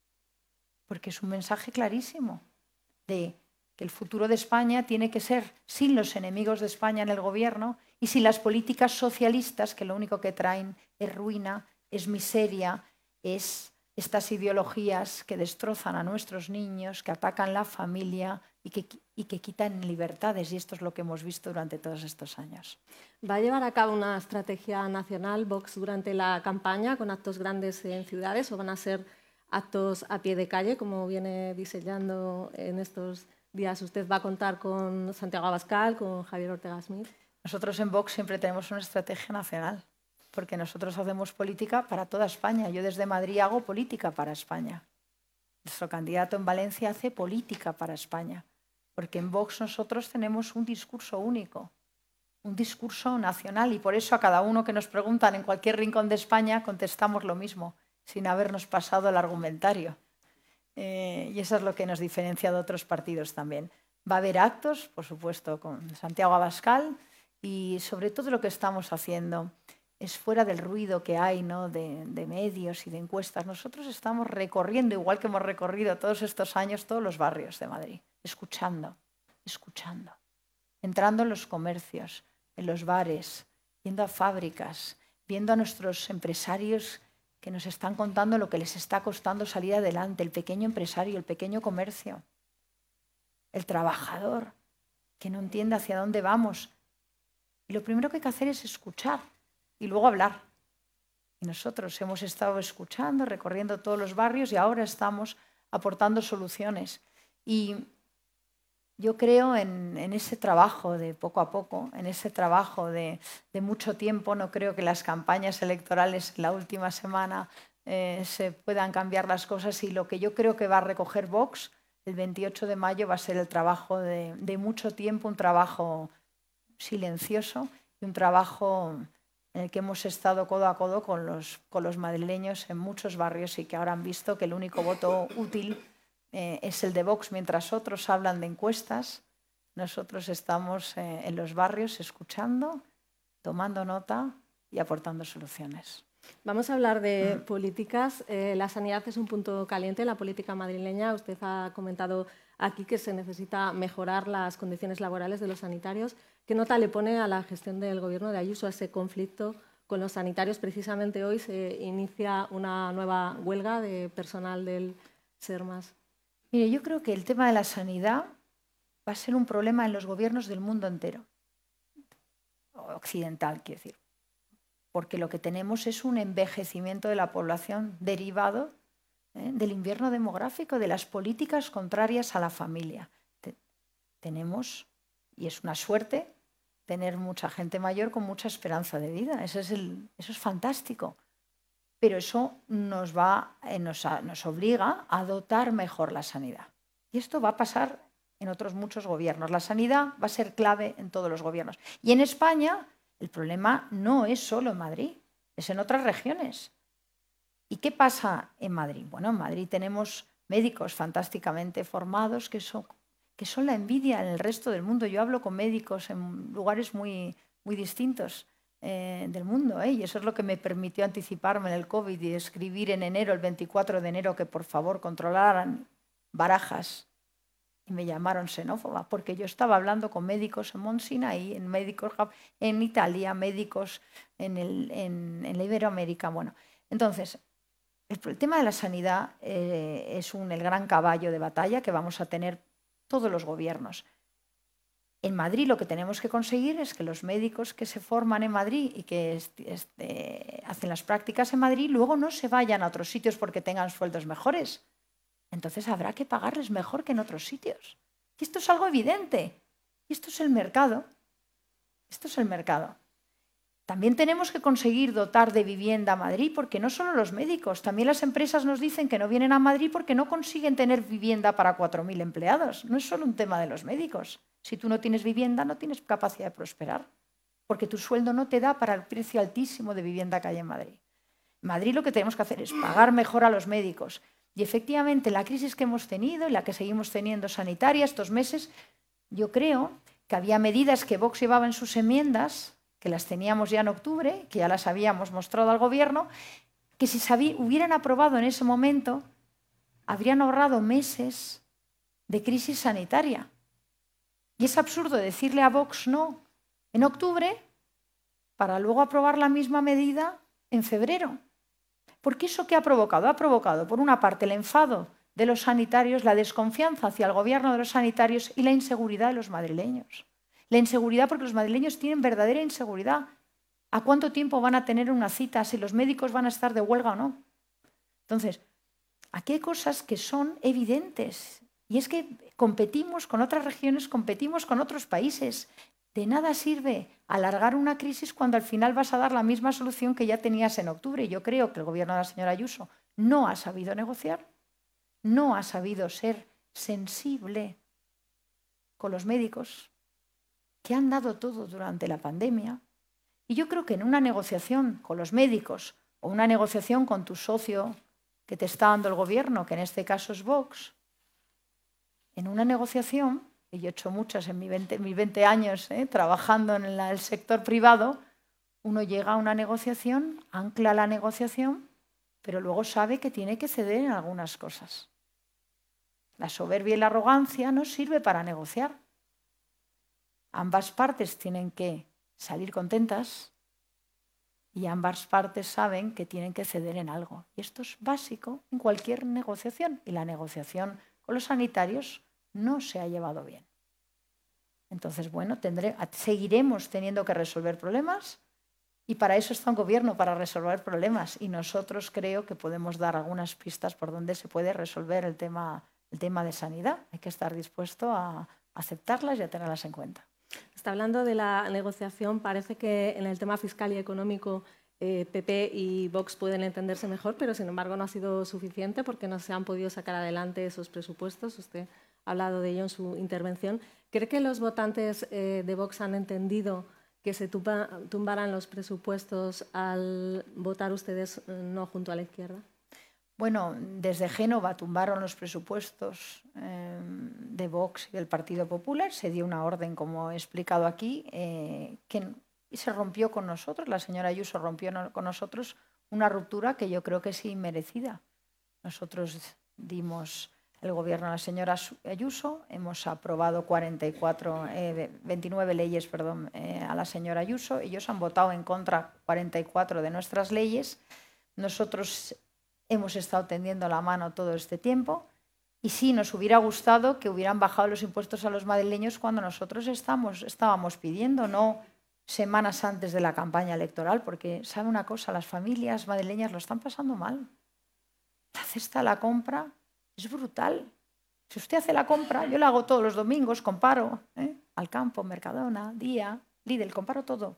D: Porque es un mensaje clarísimo de que el futuro de España tiene que ser sin los enemigos de España en el gobierno y sin las políticas socialistas que lo único que traen es ruina, es miseria, es estas ideologías que destrozan a nuestros niños, que atacan la familia y que, y que quitan libertades. Y esto es lo que hemos visto durante todos estos años.
E: ¿Va a llevar a cabo una estrategia nacional Vox durante la campaña con actos grandes en ciudades o van a ser actos a pie de calle, como viene diseñando en estos días? ¿Usted va a contar con Santiago Abascal, con Javier Ortega Smith?
D: Nosotros en Vox siempre tenemos una estrategia nacional, porque nosotros hacemos política para toda España. Yo desde Madrid hago política para España. Nuestro candidato en Valencia hace política para España, porque en Vox nosotros tenemos un discurso único, un discurso nacional, y por eso a cada uno que nos preguntan en cualquier rincón de España contestamos lo mismo, sin habernos pasado el argumentario. Eh, y eso es lo que nos diferencia de otros partidos también. Va a haber actos, por supuesto, con Santiago Abascal, y sobre todo lo que estamos haciendo es fuera del ruido que hay, ¿no? de, de medios y de encuestas. Nosotros estamos recorriendo, igual que hemos recorrido todos estos años, todos los barrios de Madrid, escuchando, escuchando, entrando en los comercios, en los bares, yendo a fábricas, viendo a nuestros empresarios que nos están contando lo que les está costando salir adelante, el pequeño empresario, el pequeño comercio, el trabajador, que no entiende hacia dónde vamos. Y lo primero que hay que hacer es escuchar y luego hablar. Y nosotros hemos estado escuchando, recorriendo todos los barrios y ahora estamos aportando soluciones. Y yo creo en, en ese trabajo de poco a poco, en ese trabajo de, de mucho tiempo. No creo que las campañas electorales en la última semana eh, se puedan cambiar las cosas, y lo que yo creo que va a recoger Vox el veintiocho de mayo va a ser el trabajo de, de mucho tiempo, un trabajo silencioso y un trabajo en el que hemos estado codo a codo con los, con los madrileños en muchos barrios y que ahora han visto que el único voto útil eh, es el de Vox. Mientras otros hablan de encuestas, nosotros estamos eh, en los barrios escuchando, tomando nota y aportando soluciones.
E: Vamos a hablar de mm. políticas. Eh, la sanidad es un punto caliente en la política madrileña. Usted ha comentado aquí que se necesita mejorar las condiciones laborales de los sanitarios. ¿Qué nota le pone a la gestión del Gobierno de Ayuso a ese conflicto con los sanitarios? Precisamente hoy se inicia una nueva huelga de personal del SERMAS.
D: Mire, yo creo que el tema de la sanidad va a ser un problema en los gobiernos del mundo entero, occidental, quiero decir, porque lo que tenemos es un envejecimiento de la población derivado ¿eh? del invierno demográfico, de las políticas contrarias a la familia. Te, tenemos, y es una suerte, tener mucha gente mayor con mucha esperanza de vida. Eso es, el, eso es fantástico. Pero eso nos, va, eh, nos, a, nos obliga a dotar mejor la sanidad. Y esto va a pasar en otros muchos gobiernos. La sanidad va a ser clave en todos los gobiernos. Y en España el problema no es solo en Madrid, es en otras regiones. ¿Y qué pasa en Madrid? Bueno, en Madrid tenemos médicos fantásticamente formados que son, que son la envidia en el resto del mundo. Yo hablo con médicos en lugares muy, muy distintos eh, del mundo, ¿eh? Y eso es lo que me permitió anticiparme en el COVID y escribir en enero, el veinticuatro de enero, que por favor controlaran Barajas y me llamaron xenófoba, porque yo estaba hablando con médicos en Mont Sinaí, en médicos en Italia, médicos en, el, en, en la Iberoamérica. Bueno, entonces, el, el tema de la sanidad eh, es un, el gran caballo de batalla que vamos a tener todos los gobiernos. En Madrid lo que tenemos que conseguir es que los médicos que se forman en Madrid y que este, este, hacen las prácticas en Madrid luego no se vayan a otros sitios porque tengan sueldos mejores. Entonces habrá que pagarles mejor que en otros sitios. Y esto es algo evidente. Y esto es el mercado. Esto es el mercado. También tenemos que conseguir dotar de vivienda a Madrid, porque no solo los médicos, también las empresas nos dicen que no vienen a Madrid porque no consiguen tener vivienda para cuatro mil empleados. No es solo un tema de los médicos. Si tú no tienes vivienda, no tienes capacidad de prosperar, porque tu sueldo no te da para el precio altísimo de vivienda que hay en Madrid. En Madrid lo que tenemos que hacer es pagar mejor a los médicos. Y efectivamente, la crisis que hemos tenido y la que seguimos teniendo sanitaria estos meses, yo creo que había medidas que Vox llevaba en sus enmiendas, que las teníamos ya en octubre, que ya las habíamos mostrado al Gobierno, que si se hubieran aprobado en ese momento, habrían ahorrado meses de crisis sanitaria. Y es absurdo decirle a Vox no en octubre para luego aprobar la misma medida en febrero. Porque eso ¿qué ha provocado? Ha provocado, por una parte, el enfado de los sanitarios, la desconfianza hacia el gobierno de los sanitarios y la inseguridad de los madrileños. La inseguridad porque los madrileños tienen verdadera inseguridad. ¿A cuánto tiempo van a tener una cita? ¿Si los médicos van a estar de huelga o no? Entonces, aquí hay cosas que son evidentes. Y es que competimos con otras regiones, competimos con otros países. De nada sirve alargar una crisis cuando al final vas a dar la misma solución que ya tenías en octubre. Yo creo que el gobierno de la señora Ayuso no ha sabido negociar, no ha sabido ser sensible con los médicos, que han dado todo durante la pandemia. Y yo creo que en una negociación con los médicos o una negociación con tu socio que te está dando el gobierno, que en este caso es Vox, en una negociación, y yo he hecho muchas en mis veinte, mis veinte años eh, trabajando en la, el sector privado, uno llega a una negociación, ancla la negociación, pero luego sabe que tiene que ceder en algunas cosas. La soberbia y la arrogancia no sirve para negociar. Ambas partes tienen que salir contentas y ambas partes saben que tienen que ceder en algo. Y esto es básico en cualquier negociación. Y la negociación con los sanitarios no se ha llevado bien. Entonces, bueno, tendré, seguiremos teniendo que resolver problemas y para eso está un gobierno, para resolver problemas. Y nosotros creo que podemos dar algunas pistas por donde se puede resolver el tema, el tema de sanidad. Hay que estar dispuesto a aceptarlas y a tenerlas en cuenta.
E: Está hablando de la negociación. Parece que en el tema fiscal y económico eh, P P y Vox pueden entenderse mejor, pero sin embargo no ha sido suficiente porque no se han podido sacar adelante esos presupuestos. Usted ha hablado de ello en su intervención. ¿Cree que los votantes eh, de Vox han entendido que se tumba, tumbaran los presupuestos al votar ustedes no junto a la izquierda?
D: Bueno, desde Génova tumbaron los presupuestos eh, de Vox y del Partido Popular. Se dio una orden, como he explicado aquí, eh, que se rompió con nosotros. La señora Ayuso rompió no, con nosotros una ruptura que yo creo que es inmerecida. Nosotros dimos el gobierno a la señora Ayuso, hemos aprobado cuarenta y cuatro, eh, veintinueve leyes perdón, eh, a la señora Ayuso. Ellos han votado en contra cuarenta y cuatro de nuestras leyes. Nosotros hemos estado tendiendo la mano todo este tiempo y sí, nos hubiera gustado que hubieran bajado los impuestos a los madrileños cuando nosotros estamos, estábamos pidiendo, no semanas antes de la campaña electoral, porque, ¿sabe una cosa? Las familias madrileñas lo están pasando mal. La cesta de la compra es brutal. Si usted hace la compra, yo la hago todos los domingos, comparo, ¿eh? Al Campo, Mercadona, Día, Lidl, comparo todo.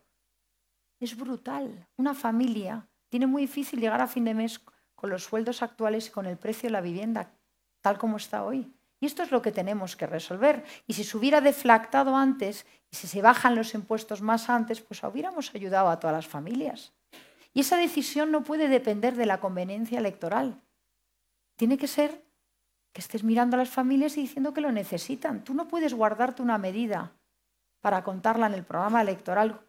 D: Es brutal. Una familia tiene muy difícil llegar a fin de mes con los sueldos actuales y con el precio de la vivienda, tal como está hoy. Y esto es lo que tenemos que resolver. Y si se hubiera deflactado antes, y si se bajan los impuestos más antes, pues hubiéramos ayudado a todas las familias. Y esa decisión no puede depender de la conveniencia electoral. Tiene que ser que estés mirando a las familias y diciendo que lo necesitan. Tú no puedes guardarte una medida para contarla en el programa electoral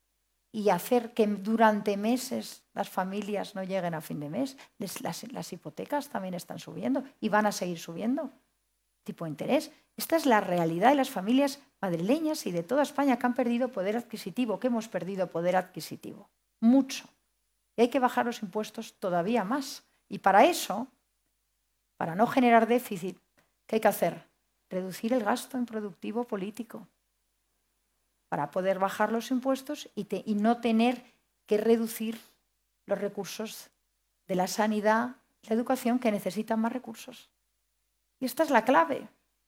D: y hacer que durante meses las familias no lleguen a fin de mes. Les, las, las hipotecas también están subiendo y van a seguir subiendo. tipo de interés. Esta es la realidad de las familias madrileñas y de toda España que han perdido poder adquisitivo, que hemos perdido poder adquisitivo. Mucho. Y hay que bajar los impuestos todavía más. Y para eso, para no generar déficit, ¿qué hay que hacer? Reducir el gasto improductivo político. Para poder bajar los impuestos y, te, y no tener que reducir los recursos de la sanidad, la educación, que necesitan más recursos. Y esta es la clave.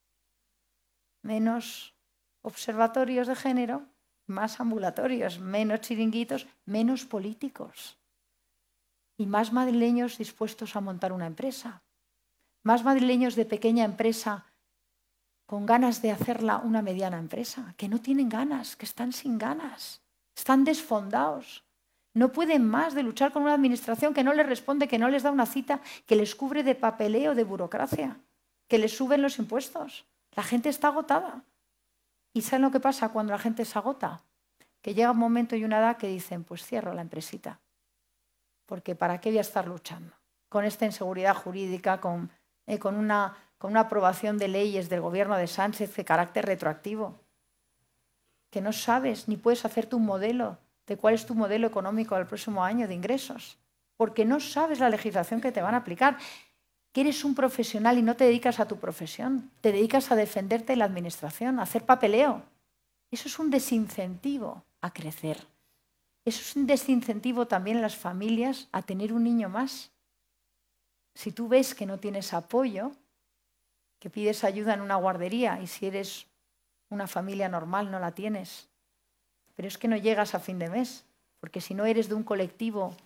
D: Menos observatorios de género, más ambulatorios, menos chiringuitos, menos políticos. Y más madrileños dispuestos a montar una empresa. Más madrileños de pequeña empresa con ganas de hacerla una mediana empresa, que no tienen ganas, que están sin ganas, están desfondados. No pueden más de luchar con una administración que no les responde, que no les da una cita, que les cubre de papeleo, de burocracia, que les suben los impuestos. La gente está agotada. ¿Y saben lo que pasa cuando la gente se agota? Que llega un momento y una edad que dicen, pues cierro la empresita. Porque ¿para qué voy a estar luchando? Con esta inseguridad jurídica, con, eh, con, una, con una aprobación de leyes del gobierno de Sánchez de carácter retroactivo. Que no sabes ni puedes hacerte un modelo de cuál es tu modelo económico del próximo año de ingresos. Porque no sabes la legislación que te van a aplicar. Que eres un profesional y no te dedicas a tu profesión. Te dedicas a defenderte de la administración, a hacer papeleo. Eso es un desincentivo a crecer. Eso es un desincentivo también en las familias a tener un niño más. Si tú ves que no tienes apoyo, que pides ayuda en una guardería y si eres una familia normal no la tienes, pero es que no llegas a fin de mes, porque si no eres de un colectivo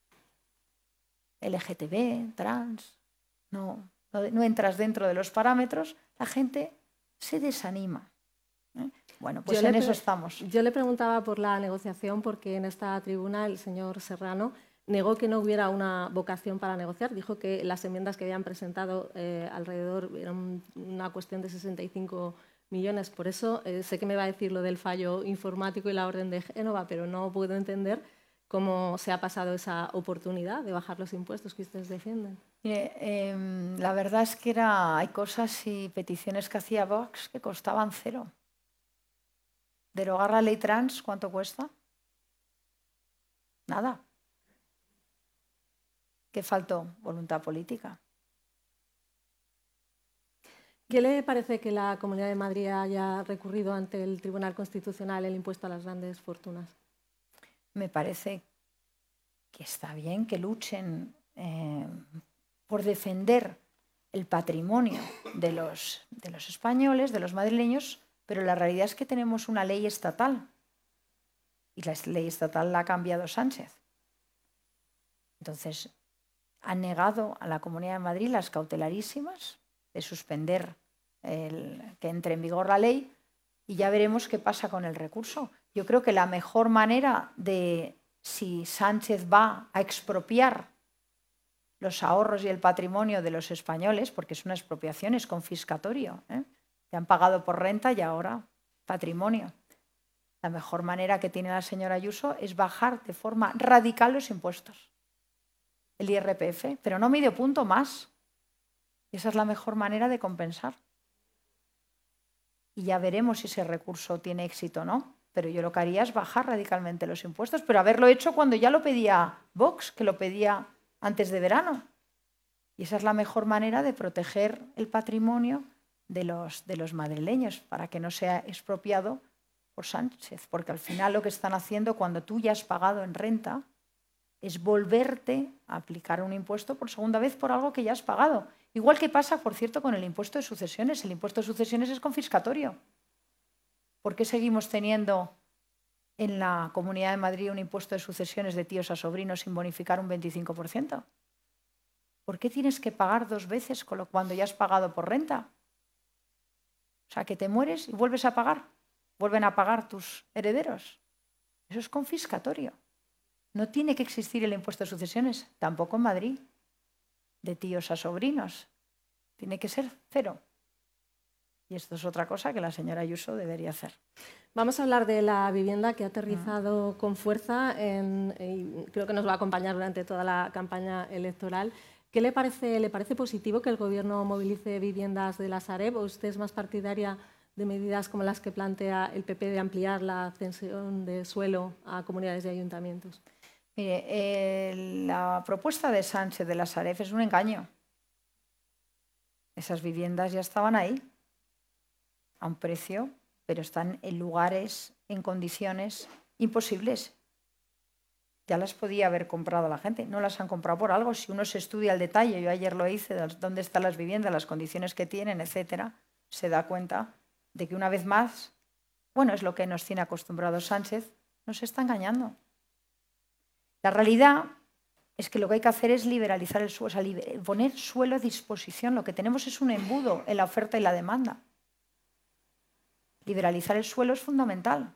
D: L G T B, trans, no, no, no entras dentro de los parámetros, la gente se desanima. ¿eh? Bueno, pues yo en eso estamos.
E: Yo le preguntaba por la negociación porque en esta tribuna el señor Serrano negó que no hubiera una vocación para negociar. Dijo que las enmiendas que habían presentado eh, alrededor eran una cuestión de sesenta y cinco millones. Por eso eh, sé que me va a decir lo del fallo informático y la orden de Génova, pero no puedo entender cómo se ha pasado esa oportunidad de bajar los impuestos que ustedes defienden.
D: Mire, eh, la verdad es que era, hay cosas y peticiones que hacía Vox que costaban cero. ¿Derogar la ley trans cuánto cuesta? Nada. ¿Qué faltó? Voluntad política.
E: ¿Qué le parece que la Comunidad de Madrid haya recurrido ante el Tribunal Constitucional el impuesto a las grandes fortunas?
D: Me parece que está bien que luchen eh, por defender el patrimonio de los, de los españoles, de los madrileños, pero la realidad es que tenemos una ley estatal y la ley estatal la ha cambiado Sánchez. Entonces, han negado a la Comunidad de Madrid las cautelarísimas de suspender el, que entre en vigor la ley y ya veremos qué pasa con el recurso. Yo creo que la mejor manera de, si Sánchez va a expropiar los ahorros y el patrimonio de los españoles, porque es una expropiación, es confiscatorio, ¿eh? Te han pagado por renta y ahora patrimonio. La mejor manera que tiene la señora Ayuso es bajar de forma radical los impuestos. El I R P F, pero no medio punto más. Y esa es la mejor manera de compensar. Y ya veremos si ese recurso tiene éxito o no. Pero yo lo que haría es bajar radicalmente los impuestos, pero haberlo hecho cuando ya lo pedía Vox, que lo pedía antes de verano. Y esa es la mejor manera de proteger el patrimonio de los, de los madrileños, para que no sea expropiado por Sánchez. Porque al final lo que están haciendo cuando tú ya has pagado en renta es volverte a aplicar un impuesto por segunda vez por algo que ya has pagado. Igual que pasa, por cierto, con el impuesto de sucesiones. El impuesto de sucesiones es confiscatorio. ¿Por qué seguimos teniendo en la Comunidad de Madrid un impuesto de sucesiones de tíos a sobrinos sin bonificar un veinticinco por ciento? ¿Por qué tienes que pagar dos veces cuando ya has pagado por renta? O sea, que te mueres y vuelves a pagar. Vuelven a pagar tus herederos. Eso es confiscatorio. No tiene que existir el impuesto de sucesiones, tampoco en Madrid, de tíos a sobrinos. Tiene que ser cero. Y esto es otra cosa que la señora Ayuso debería hacer.
E: Vamos a hablar de la vivienda que ha aterrizado uh-huh. con fuerza en, y creo que nos va a acompañar durante toda la campaña electoral. ¿Qué le parece, le parece positivo que el Gobierno movilice viviendas de la Sareb, o usted es más partidaria de medidas como las que plantea el P P de ampliar la cesión de suelo a comunidades y ayuntamientos?
D: Mire, eh, la propuesta de Sánchez de la Sareb es un engaño. Esas viviendas ya estaban ahí, a un precio, pero están en lugares, en condiciones imposibles. Ya las podía haber comprado la gente, no las han comprado por algo. Si uno se estudia al detalle, yo ayer lo hice, de dónde están las viviendas, las condiciones que tienen, etcétera, se da cuenta de que una vez más, bueno, es lo que nos tiene acostumbrados Sánchez, nos está engañando. La realidad es que lo que hay que hacer es liberalizar el suelo, o sea, poner suelo a disposición. Lo que tenemos es un embudo en la oferta y la demanda. Liberalizar el suelo es fundamental.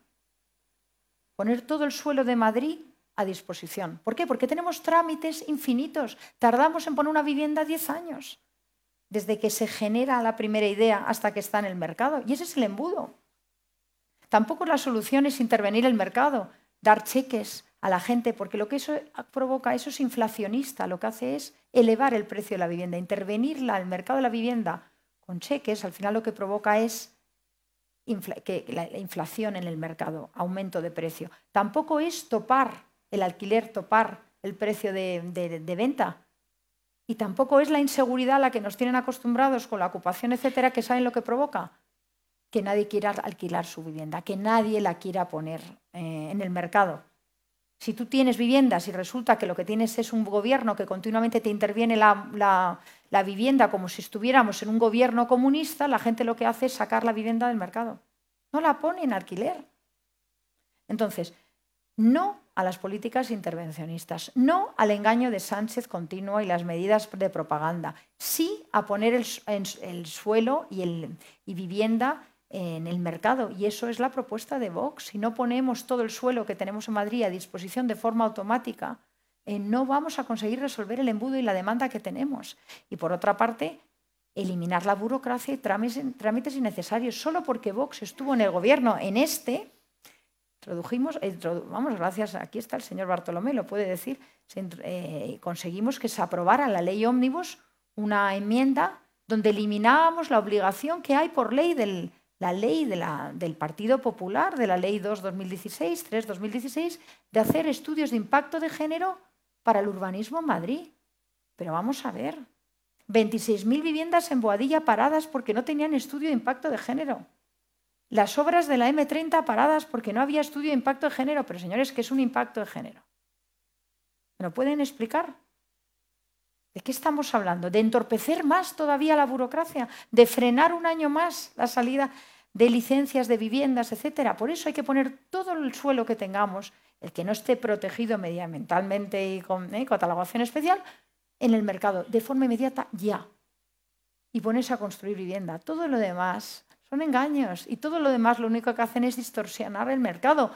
D: Poner todo el suelo de Madrid a disposición. ¿Por qué? Porque tenemos trámites infinitos. Tardamos en poner una vivienda diez años, desde que se genera la primera idea hasta que está en el mercado. Y ese es el embudo. Tampoco la solución es intervenir el mercado, dar cheques a la gente, porque lo que eso provoca, eso es inflacionista. Lo que hace es elevar el precio de la vivienda. Intervenir el mercado de la vivienda con cheques, al final lo que provoca es que la inflación en el mercado, aumento de precio. Tampoco es topar el alquiler, topar el precio de, de, de venta. Y tampoco es la inseguridad a la que nos tienen acostumbrados con la ocupación, etcétera, que saben lo que provoca. Que nadie quiera alquilar su vivienda, que nadie la quiera poner eh, en el mercado. Si tú tienes viviendas y resulta que lo que tienes es un gobierno que continuamente te interviene la, la, la vivienda como si estuviéramos en un gobierno comunista, la gente lo que hace es sacar la vivienda del mercado. No la pone en alquiler. Entonces, no a las políticas intervencionistas, no al engaño de Sánchez continuo y las medidas de propaganda, sí a poner el, el suelo y, el, y vivienda en el mercado. Y eso es la propuesta de Vox. Si no ponemos todo el suelo que tenemos en Madrid a disposición de forma automática, eh, no vamos a conseguir resolver el embudo y la demanda que tenemos. Y por otra parte, eliminar la burocracia y trámites, trámites innecesarios. Solo porque Vox estuvo en el gobierno en este, introdujimos, vamos, gracias, aquí está el señor Bartolomé, lo puede decir, se, eh, conseguimos que se aprobara la ley ómnibus una enmienda donde eliminábamos la obligación que hay por ley del la ley de la, del Partido Popular, de la ley dos barra dos mil dieciséis, tres barra dos mil dieciséis, de hacer estudios de impacto de género para el urbanismo en Madrid. Pero vamos a ver, veintiséis mil viviendas en Boadilla paradas porque no tenían estudio de impacto de género. Las obras de la eme treinta paradas porque no había estudio de impacto de género. Pero señores, ¿qué es un impacto de género? ¿Me lo pueden explicar? ¿De qué estamos hablando? ¿De entorpecer más todavía la burocracia? ¿De frenar un año más la salida de licencias de viviendas, etcétera? Por eso hay que poner todo el suelo que tengamos, el que no esté protegido medioambientalmente y con eh, catalogación especial, en el mercado, de forma inmediata, ya. Y ponerse a construir vivienda. Todo lo demás son engaños. Y todo lo demás lo único que hacen es distorsionar el mercado.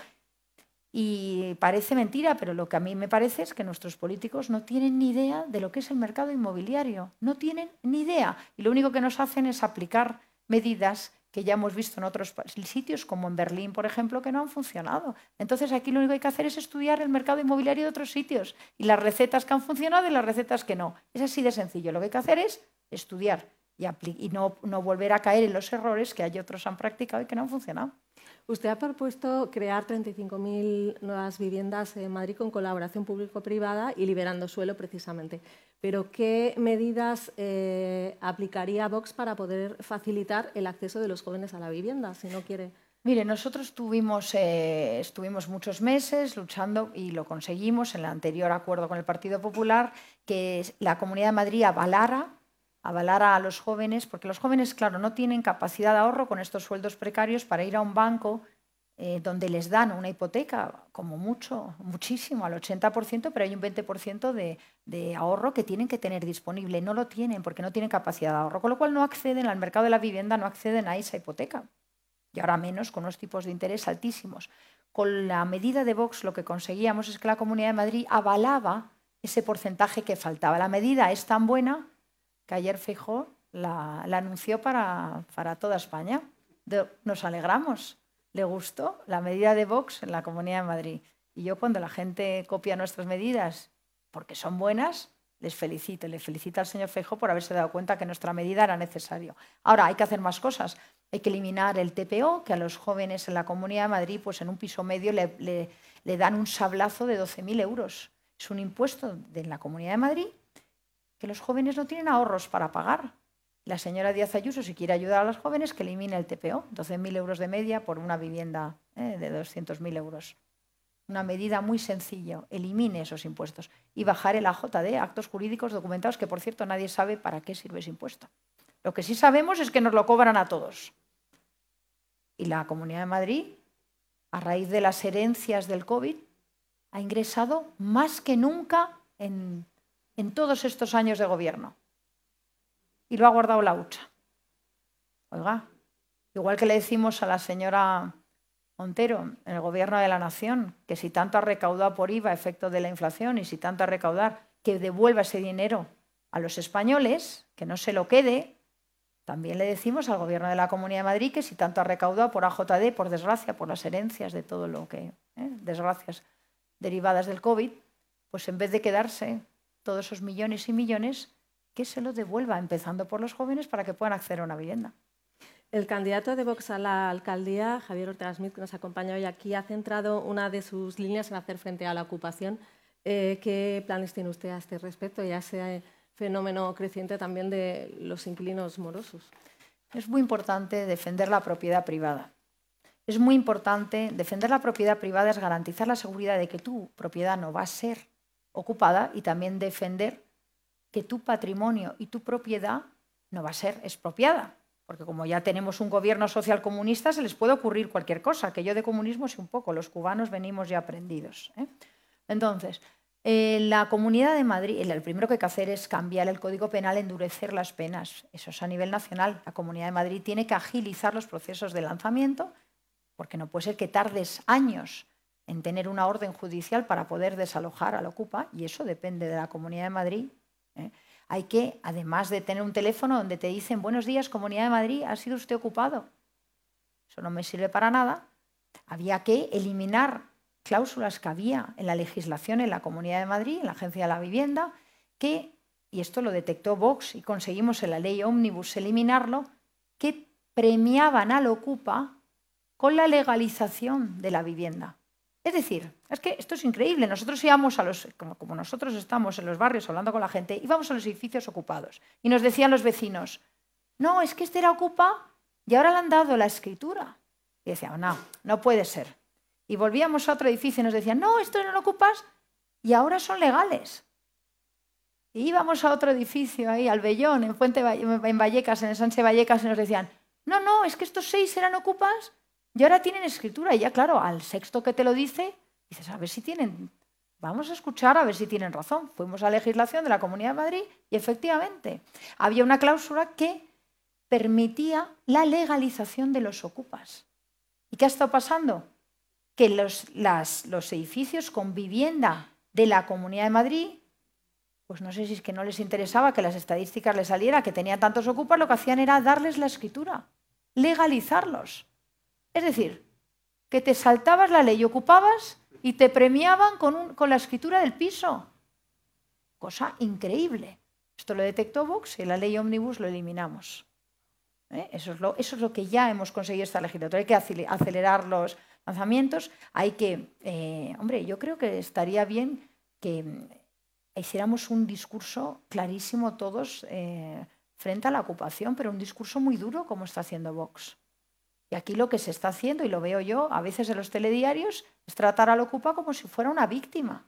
D: Y parece mentira, pero lo que a mí me parece es que nuestros políticos no tienen ni idea de lo que es el mercado inmobiliario. No tienen ni idea. Y lo único que nos hacen es aplicar medidas que ya hemos visto en otros sitios, como en Berlín, por ejemplo, que no han funcionado. Entonces, aquí lo único que hay que hacer es estudiar el mercado inmobiliario de otros sitios y las recetas que han funcionado y las recetas que no. Es así de sencillo. Lo que hay que hacer es estudiar y, y no, no volver a caer en los errores que hay otros han practicado y que no han funcionado.
E: Usted ha propuesto crear treinta y cinco mil nuevas viviendas en Madrid con colaboración público-privada y liberando suelo precisamente. Pero ¿qué medidas eh, aplicaría Vox para poder facilitar el acceso de los jóvenes a la vivienda, si no quiere?
D: Mire, nosotros tuvimos, eh, estuvimos muchos meses luchando y lo conseguimos en el anterior acuerdo con el Partido Popular, que la Comunidad de Madrid avalara avalara a los jóvenes, porque los jóvenes, claro, no tienen capacidad de ahorro con estos sueldos precarios para ir a un banco eh, donde les dan una hipoteca, como mucho, muchísimo, al ochenta por ciento, pero hay un veinte por ciento de, de ahorro que tienen que tener disponible. No lo tienen porque no tienen capacidad de ahorro, con lo cual no acceden al mercado de la vivienda, no acceden a esa hipoteca. Y ahora menos con unos tipos de interés altísimos. Con la medida de Vox lo que conseguíamos es que la Comunidad de Madrid avalaba ese porcentaje que faltaba. La medida es tan buena que ayer Feijóo la, la anunció para, para toda España. De, nos alegramos. Le gustó la medida de Vox en la Comunidad de Madrid. Y yo, cuando la gente copia nuestras medidas porque son buenas, Les felicito, les felicito al señor Feijóo por haberse dado cuenta que nuestra medida era necesaria. Ahora, hay que hacer más cosas. Hay que eliminar el T P O, que a los jóvenes en la Comunidad de Madrid, pues en un piso medio, le, le, le dan un sablazo de doce mil euros. Es un impuesto de la Comunidad de Madrid que los jóvenes no tienen ahorros para pagar. La señora Díaz Ayuso, si quiere ayudar a los jóvenes, que elimine el T P O, doce mil euros de media por una vivienda eh, de doscientos mil euros. Una medida muy sencilla, elimine esos impuestos y bajar el A J D, actos jurídicos documentados, que por cierto nadie sabe para qué sirve ese impuesto. Lo que sí sabemos es que nos lo cobran a todos. Y la Comunidad de Madrid, a raíz de las herencias del COVID, ha ingresado más que nunca en, en todos estos años de gobierno. Y lo ha guardado la hucha. Oiga, igual que le decimos a la señora Montero, en el Gobierno de la Nación, que si tanto ha recaudado por I V A, efecto de la inflación, y si tanto ha recaudado, que devuelva ese dinero a los españoles, que no se lo quede. También le decimos al Gobierno de la Comunidad de Madrid que si tanto ha recaudado por A J D, por desgracia, por las herencias de todo lo que, eh, desgracias derivadas del COVID, pues en vez de quedarse todos esos millones y millones, que se los devuelva, empezando por los jóvenes, para que puedan acceder a una vivienda.
E: El candidato de Vox a la alcaldía, Javier Ortega Smith, que nos acompaña hoy aquí, ha centrado una de sus líneas en hacer frente a la ocupación. Eh, ¿Qué planes tiene usted a este respecto y a ese fenómeno creciente también de los inquilinos morosos?
D: Es muy importante defender la propiedad privada. Es muy importante defender la propiedad privada, es garantizar la seguridad de que tu propiedad no va a ser ocupada y también defender que tu patrimonio y tu propiedad no va a ser expropiada. Porque como ya tenemos un gobierno socialcomunista, se les puede ocurrir cualquier cosa, que yo de comunismo sé un poco, los cubanos venimos ya aprendidos, ¿eh? Entonces, eh, la Comunidad de Madrid, el primero que hay que hacer es cambiar el Código Penal, endurecer las penas. Eso es a nivel nacional. La Comunidad de Madrid tiene que agilizar los procesos de lanzamiento, porque no puede ser que tardes años en tener una orden judicial para poder desalojar al ocupa, y eso depende de la Comunidad de Madrid, ¿eh? Hay que, además de tener un teléfono donde te dicen buenos días, Comunidad de Madrid, ¿ha sido usted ocupado? Eso no me sirve para nada. Había que eliminar cláusulas que había en la legislación en la Comunidad de Madrid, en la Agencia de la Vivienda, que, y esto lo detectó Vox y conseguimos en la ley Ómnibus eliminarlo, que premiaban al ocupa con la legalización de la vivienda. Es decir, es que esto es increíble. Nosotros íbamos a los, como, como nosotros estamos en los barrios hablando con la gente, íbamos a los edificios ocupados y nos decían los vecinos, no, es que este era ocupa y ahora le han dado la escritura. Y decíamos, no, no puede ser. Y volvíamos a otro edificio y nos decían, no, esto no lo ocupas y ahora son legales. Y íbamos a otro edificio ahí, al Bellón, en Fuente en Vallecas, en el Sánchez Vallecas, y nos decían, no, no, es que estos seis eran ocupas y ahora tienen escritura. Y ya, claro, al sexto que te lo dice, dices, a ver si tienen, vamos a escuchar a ver si tienen razón. Fuimos a la legislación de la Comunidad de Madrid y efectivamente había una cláusula que permitía la legalización de los ocupas. ¿Y qué ha estado pasando? Que los, las, los edificios con vivienda de la Comunidad de Madrid, pues no sé si es que no les interesaba que las estadísticas les saliera, que tenían tantos ocupas, lo que hacían era darles la escritura, legalizarlos. Es decir, que te saltabas la ley y ocupabas y te premiaban con, un, con la escritura del piso. Cosa increíble. Esto lo detectó Vox y la ley Ómnibus lo eliminamos. ¿Eh? Eso, es lo, eso es lo que ya hemos conseguido esta legislatura. Hay que acelerar los lanzamientos. Hay que, eh, hombre, yo creo que estaría bien que hiciéramos un discurso clarísimo todos eh, frente a la ocupación, pero un discurso muy duro como está haciendo Vox. Y aquí lo que se está haciendo, y lo veo yo a veces en los telediarios, es tratar al ocupa como si fuera una víctima.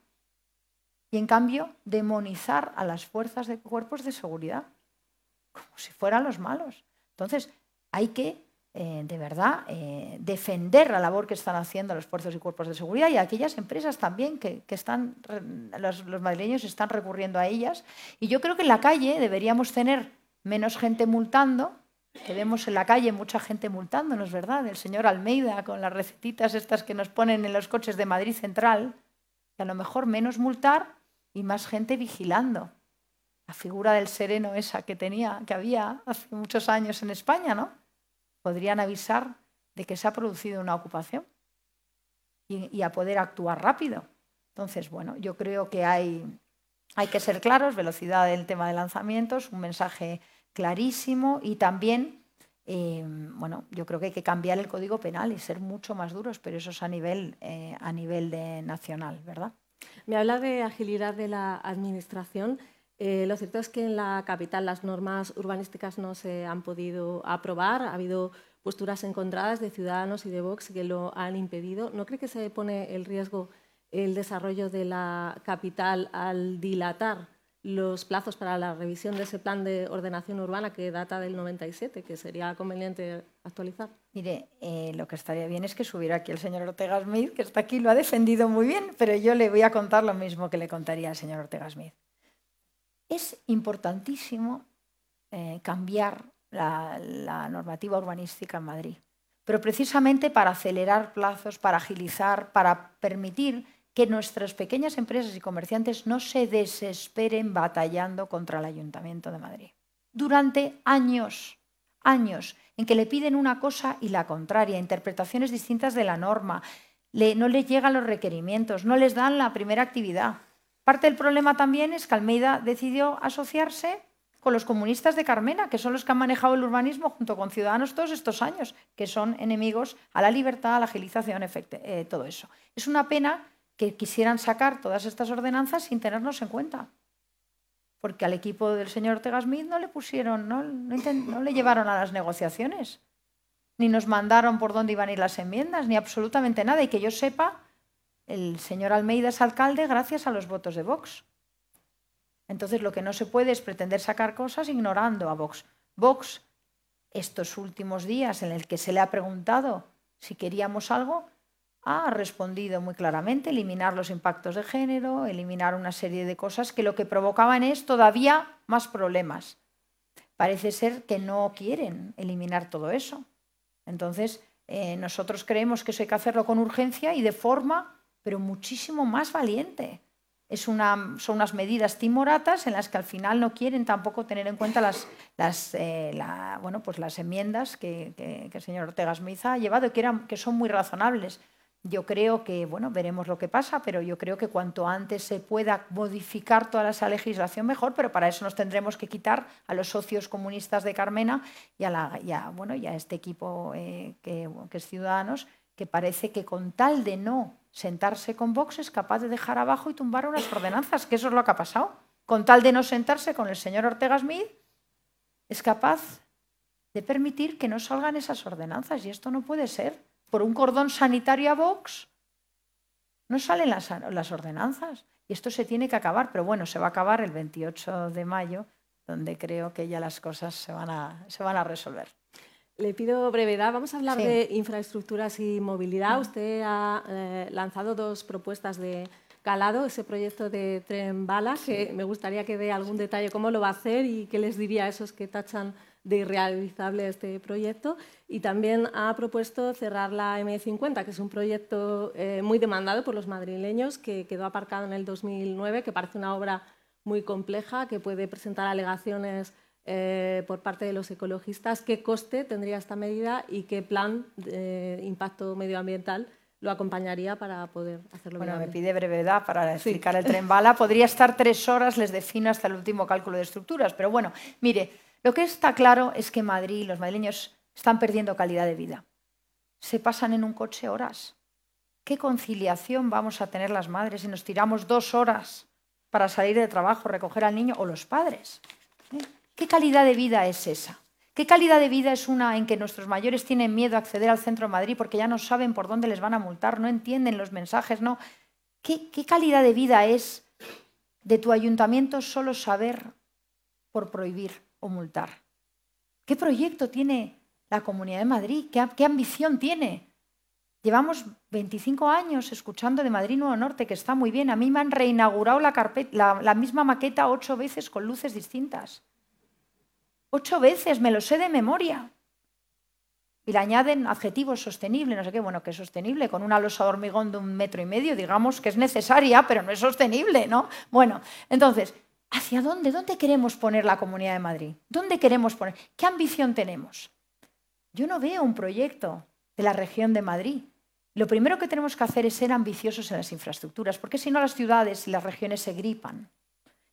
D: Y en cambio, demonizar a las fuerzas de cuerpos de seguridad, como si fueran los malos. Entonces, hay que, eh, de verdad, eh, defender la labor que están haciendo los fuerzas y cuerpos de seguridad y aquellas empresas también que, que están, los, los madrileños están recurriendo a ellas. Y yo creo que en la calle deberíamos tener menos gente multando, que vemos en la calle mucha gente multándonos, ¿verdad? El señor Almeida con las recetitas estas que nos ponen en los coches de Madrid Central, que a lo mejor menos multar y más gente vigilando. La figura del sereno esa que tenía, que había hace muchos años en España, ¿no? Podrían avisar de que se ha producido una ocupación y, y a poder actuar rápido. Entonces, bueno, yo creo que hay, Hay que ser claros, velocidad del tema de lanzamientos, un mensaje clarísimo y también, eh, bueno, yo creo que hay que cambiar el Código Penal y ser mucho más duros, pero eso es a nivel, eh, a nivel de nacional, ¿verdad?
E: Me habla de agilidad de la administración. Eh, lo cierto es que en la capital las normas urbanísticas no se han podido aprobar. Ha habido posturas encontradas de Ciudadanos y de Vox que lo han impedido. ¿No cree que se pone el riesgo el desarrollo de la capital al dilatar los plazos para la revisión de ese plan de ordenación urbana que data del noventa y siete, que sería conveniente actualizar?
D: Mire, eh, lo que estaría bien es que subiera aquí el señor Ortega Smith, que está aquí, lo ha defendido muy bien, pero yo le voy a contar lo mismo que le contaría al señor Ortega Smith. Es importantísimo eh, cambiar la, la normativa urbanística en Madrid, pero precisamente para acelerar plazos, para agilizar, para permitir que nuestras pequeñas empresas y comerciantes no se desesperen batallando contra el Ayuntamiento de Madrid. Durante años, años, en que le piden una cosa y la contraria, interpretaciones distintas de la norma, le, no les llegan los requerimientos, no les dan la primera actividad. Parte del problema también es que Almeida decidió asociarse con los comunistas de Carmena, que son los que han manejado el urbanismo junto con Ciudadanos todos estos años, que son enemigos a la libertad, a la agilización, efecto, eh, todo eso. Es una pena que quisieran sacar todas estas ordenanzas sin tenernos en cuenta, porque al equipo del señor Ortega Smith no le pusieron, no, no, no le llevaron a las negociaciones, ni nos mandaron por dónde iban a ir las enmiendas, ni absolutamente nada, y que yo sepa, el señor Almeida es alcalde gracias a los votos de Vox. Entonces lo que no se puede es pretender sacar cosas ignorando a Vox. Vox, estos últimos días en el que se le ha preguntado si queríamos algo, ha respondido muy claramente: eliminar los impactos de género, eliminar una serie de cosas que lo que provocaban es todavía más problemas. Parece ser que no quieren eliminar todo eso. Entonces, eh, nosotros creemos que eso hay que hacerlo con urgencia y de forma, pero muchísimo más valiente. Es una, son unas medidas timoratas en las que al final no quieren tampoco tener en cuenta las, las, eh, la, bueno, pues las enmiendas que, que, que el señor Ortega Smith ha llevado, que, eran, que son muy razonables. Yo creo que, bueno, veremos lo que pasa, pero yo creo que cuanto antes se pueda modificar toda esa legislación, mejor, pero para eso nos tendremos que quitar a los socios comunistas de Carmena y a, la, y a, bueno, y a este equipo eh, que, que es Ciudadanos, que parece que con tal de no sentarse con Vox es capaz de dejar abajo y tumbar unas ordenanzas, que eso es lo que ha pasado. Con tal de no sentarse con el señor Ortega Smith, es capaz de permitir que no salgan esas ordenanzas, y esto no puede ser. Por un cordón sanitario a Vox no salen las, las ordenanzas, y esto se tiene que acabar, pero bueno, se va a acabar el veintiocho de mayo, donde creo que ya las cosas se van a, se van a resolver.
E: Le pido brevedad. Vamos a hablar
D: Sí.
E: de infraestructuras y movilidad. Usted ha eh, lanzado dos propuestas de calado, ese proyecto de tren bala, sí. que me gustaría que dé algún detalle cómo lo va a hacer y qué les diría a esos que tachan de irrealizable este proyecto. Y también ha propuesto cerrar la eme cincuenta, que es un proyecto eh, muy demandado por los madrileños, que quedó aparcado en el dos mil nueve, que parece una obra muy compleja, que puede presentar alegaciones Eh, por parte de los ecologistas. ¿Qué coste tendría esta medida y qué plan de impacto medioambiental lo acompañaría para poder hacerlo
D: Bueno,
E: viable?
D: me pide brevedad para explicar
E: Sí.
D: el tren bala. Podría estar tres horas, les defino hasta el último cálculo de estructuras, pero bueno, mire, lo que está claro es que Madrid, los madrileños están perdiendo calidad de vida. Se pasan en un coche horas. ¿Qué conciliación vamos a tener las madres si nos tiramos dos horas para salir de trabajo, recoger al niño, o los padres? ¿Eh? ¿Qué calidad de vida es esa? ¿Qué calidad de vida es una en que nuestros mayores tienen miedo a acceder al centro de Madrid porque ya no saben por dónde les van a multar, no entienden los mensajes? No? ¿Qué, qué calidad de vida es de tu ayuntamiento solo saber por prohibir o multar? ¿Qué proyecto tiene la Comunidad de Madrid? ¿Qué, qué ambición tiene? Llevamos veinticinco años escuchando de Madrid Nuevo Norte, que está muy bien. A mí me han reinaugurado la, carpeta, la, la misma maqueta ocho veces con luces distintas. Ocho veces, me lo sé de memoria. Y le añaden adjetivos: sostenible, no sé qué. Bueno, que es sostenible, con una losa de hormigón de un metro y medio, digamos que es necesaria, pero no es sostenible, ¿no? Bueno, entonces, ¿hacia dónde? ¿Dónde queremos poner la Comunidad de Madrid? ¿Dónde queremos poner? ¿Qué ambición tenemos? Yo no veo un proyecto de la región de Madrid. Lo primero que tenemos que hacer es ser ambiciosos en las infraestructuras, porque si no las ciudades y las regiones se gripan.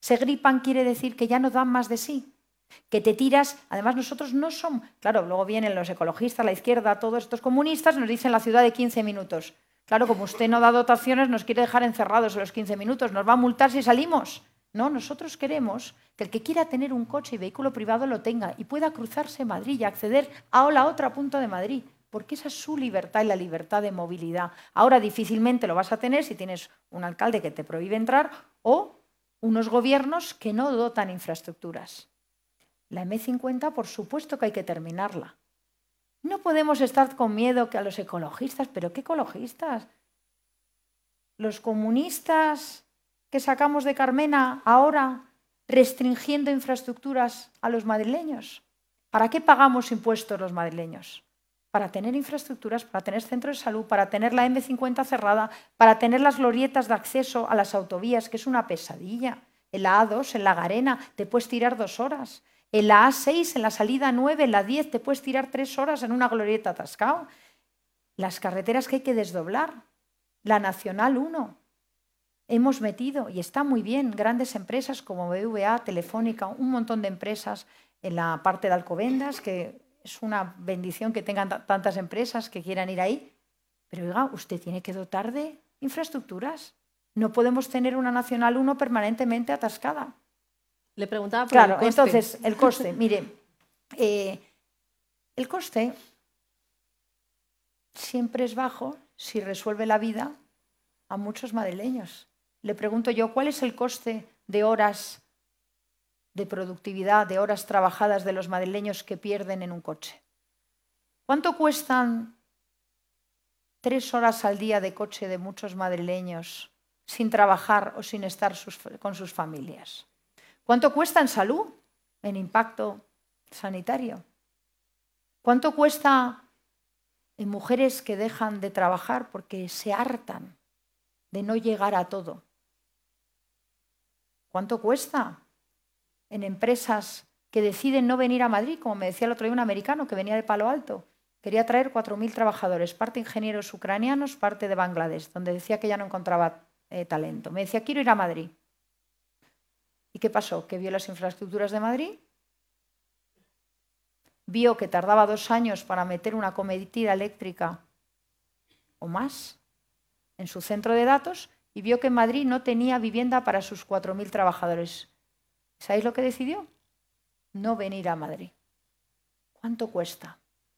D: Se gripan quiere decir que ya no dan más de sí, que te tiras. Además, nosotros no somos... Claro, luego vienen los ecologistas, la izquierda, todos estos comunistas, nos dicen la ciudad de quince minutos. Claro, como usted no da dotaciones, nos quiere dejar encerrados en los quince minutos, nos va a multar si salimos. No, nosotros queremos que el que quiera tener un coche y vehículo privado lo tenga y pueda cruzarse Madrid y acceder a la otra punta de Madrid, porque esa es su libertad y la libertad de movilidad. Ahora difícilmente lo vas a tener si tienes un alcalde que te prohíbe entrar o unos gobiernos que no dotan infraestructuras. La eme cincuenta, por supuesto que hay que terminarla. No podemos estar con miedo que a los ecologistas, ¿pero qué ecologistas? Los comunistas que sacamos de Carmena ahora restringiendo infraestructuras a los madrileños. ¿Para qué pagamos impuestos los madrileños? Para tener infraestructuras, para tener centros de salud, para tener la eme cincuenta cerrada, para tener las glorietas de acceso a las autovías, que es una pesadilla. En la a dos, en la Garena, te puedes tirar dos horas. En la a seis, en la salida nueve, en la diez, te puedes tirar tres horas en una glorieta atascado. Las carreteras que hay que desdoblar. La Nacional uno. Hemos metido, y está muy bien, grandes empresas como be ve a, Telefónica, un montón de empresas en la parte de Alcobendas, que es una bendición que tengan tantas empresas que quieran ir ahí. Pero oiga, usted tiene que dotar de infraestructuras. No podemos tener una Nacional uno permanentemente atascada.
E: Le preguntaba por
D: claro,
E: el coste.
D: Entonces, el coste. Mire, eh, el coste siempre es bajo si resuelve la vida a muchos madrileños. Le pregunto yo, ¿cuál es el coste de horas de productividad, de horas trabajadas de los madrileños que pierden en un coche? ¿Cuánto cuestan tres horas al día de coche de muchos madrileños sin trabajar o sin estar sus, con sus familias? ¿Cuánto cuesta en salud, en impacto sanitario? ¿Cuánto cuesta en mujeres que dejan de trabajar porque se hartan de no llegar a todo? ¿Cuánto cuesta en empresas que deciden no venir a Madrid? Como me decía el otro día un americano que venía de Palo Alto. Quería traer cuatro mil trabajadores, parte ingenieros ucranianos, parte de Bangladesh, donde decía que ya no encontraba eh, talento. Me decía, quiero ir a Madrid. ¿Y qué pasó? Que vio las infraestructuras de Madrid, vio que tardaba dos años para meter una cometida eléctrica o más en su centro de datos y vio que en Madrid no tenía vivienda para sus cuatro mil trabajadores. ¿Sabéis lo que decidió? No venir a Madrid. ¿Cuánto cuesta?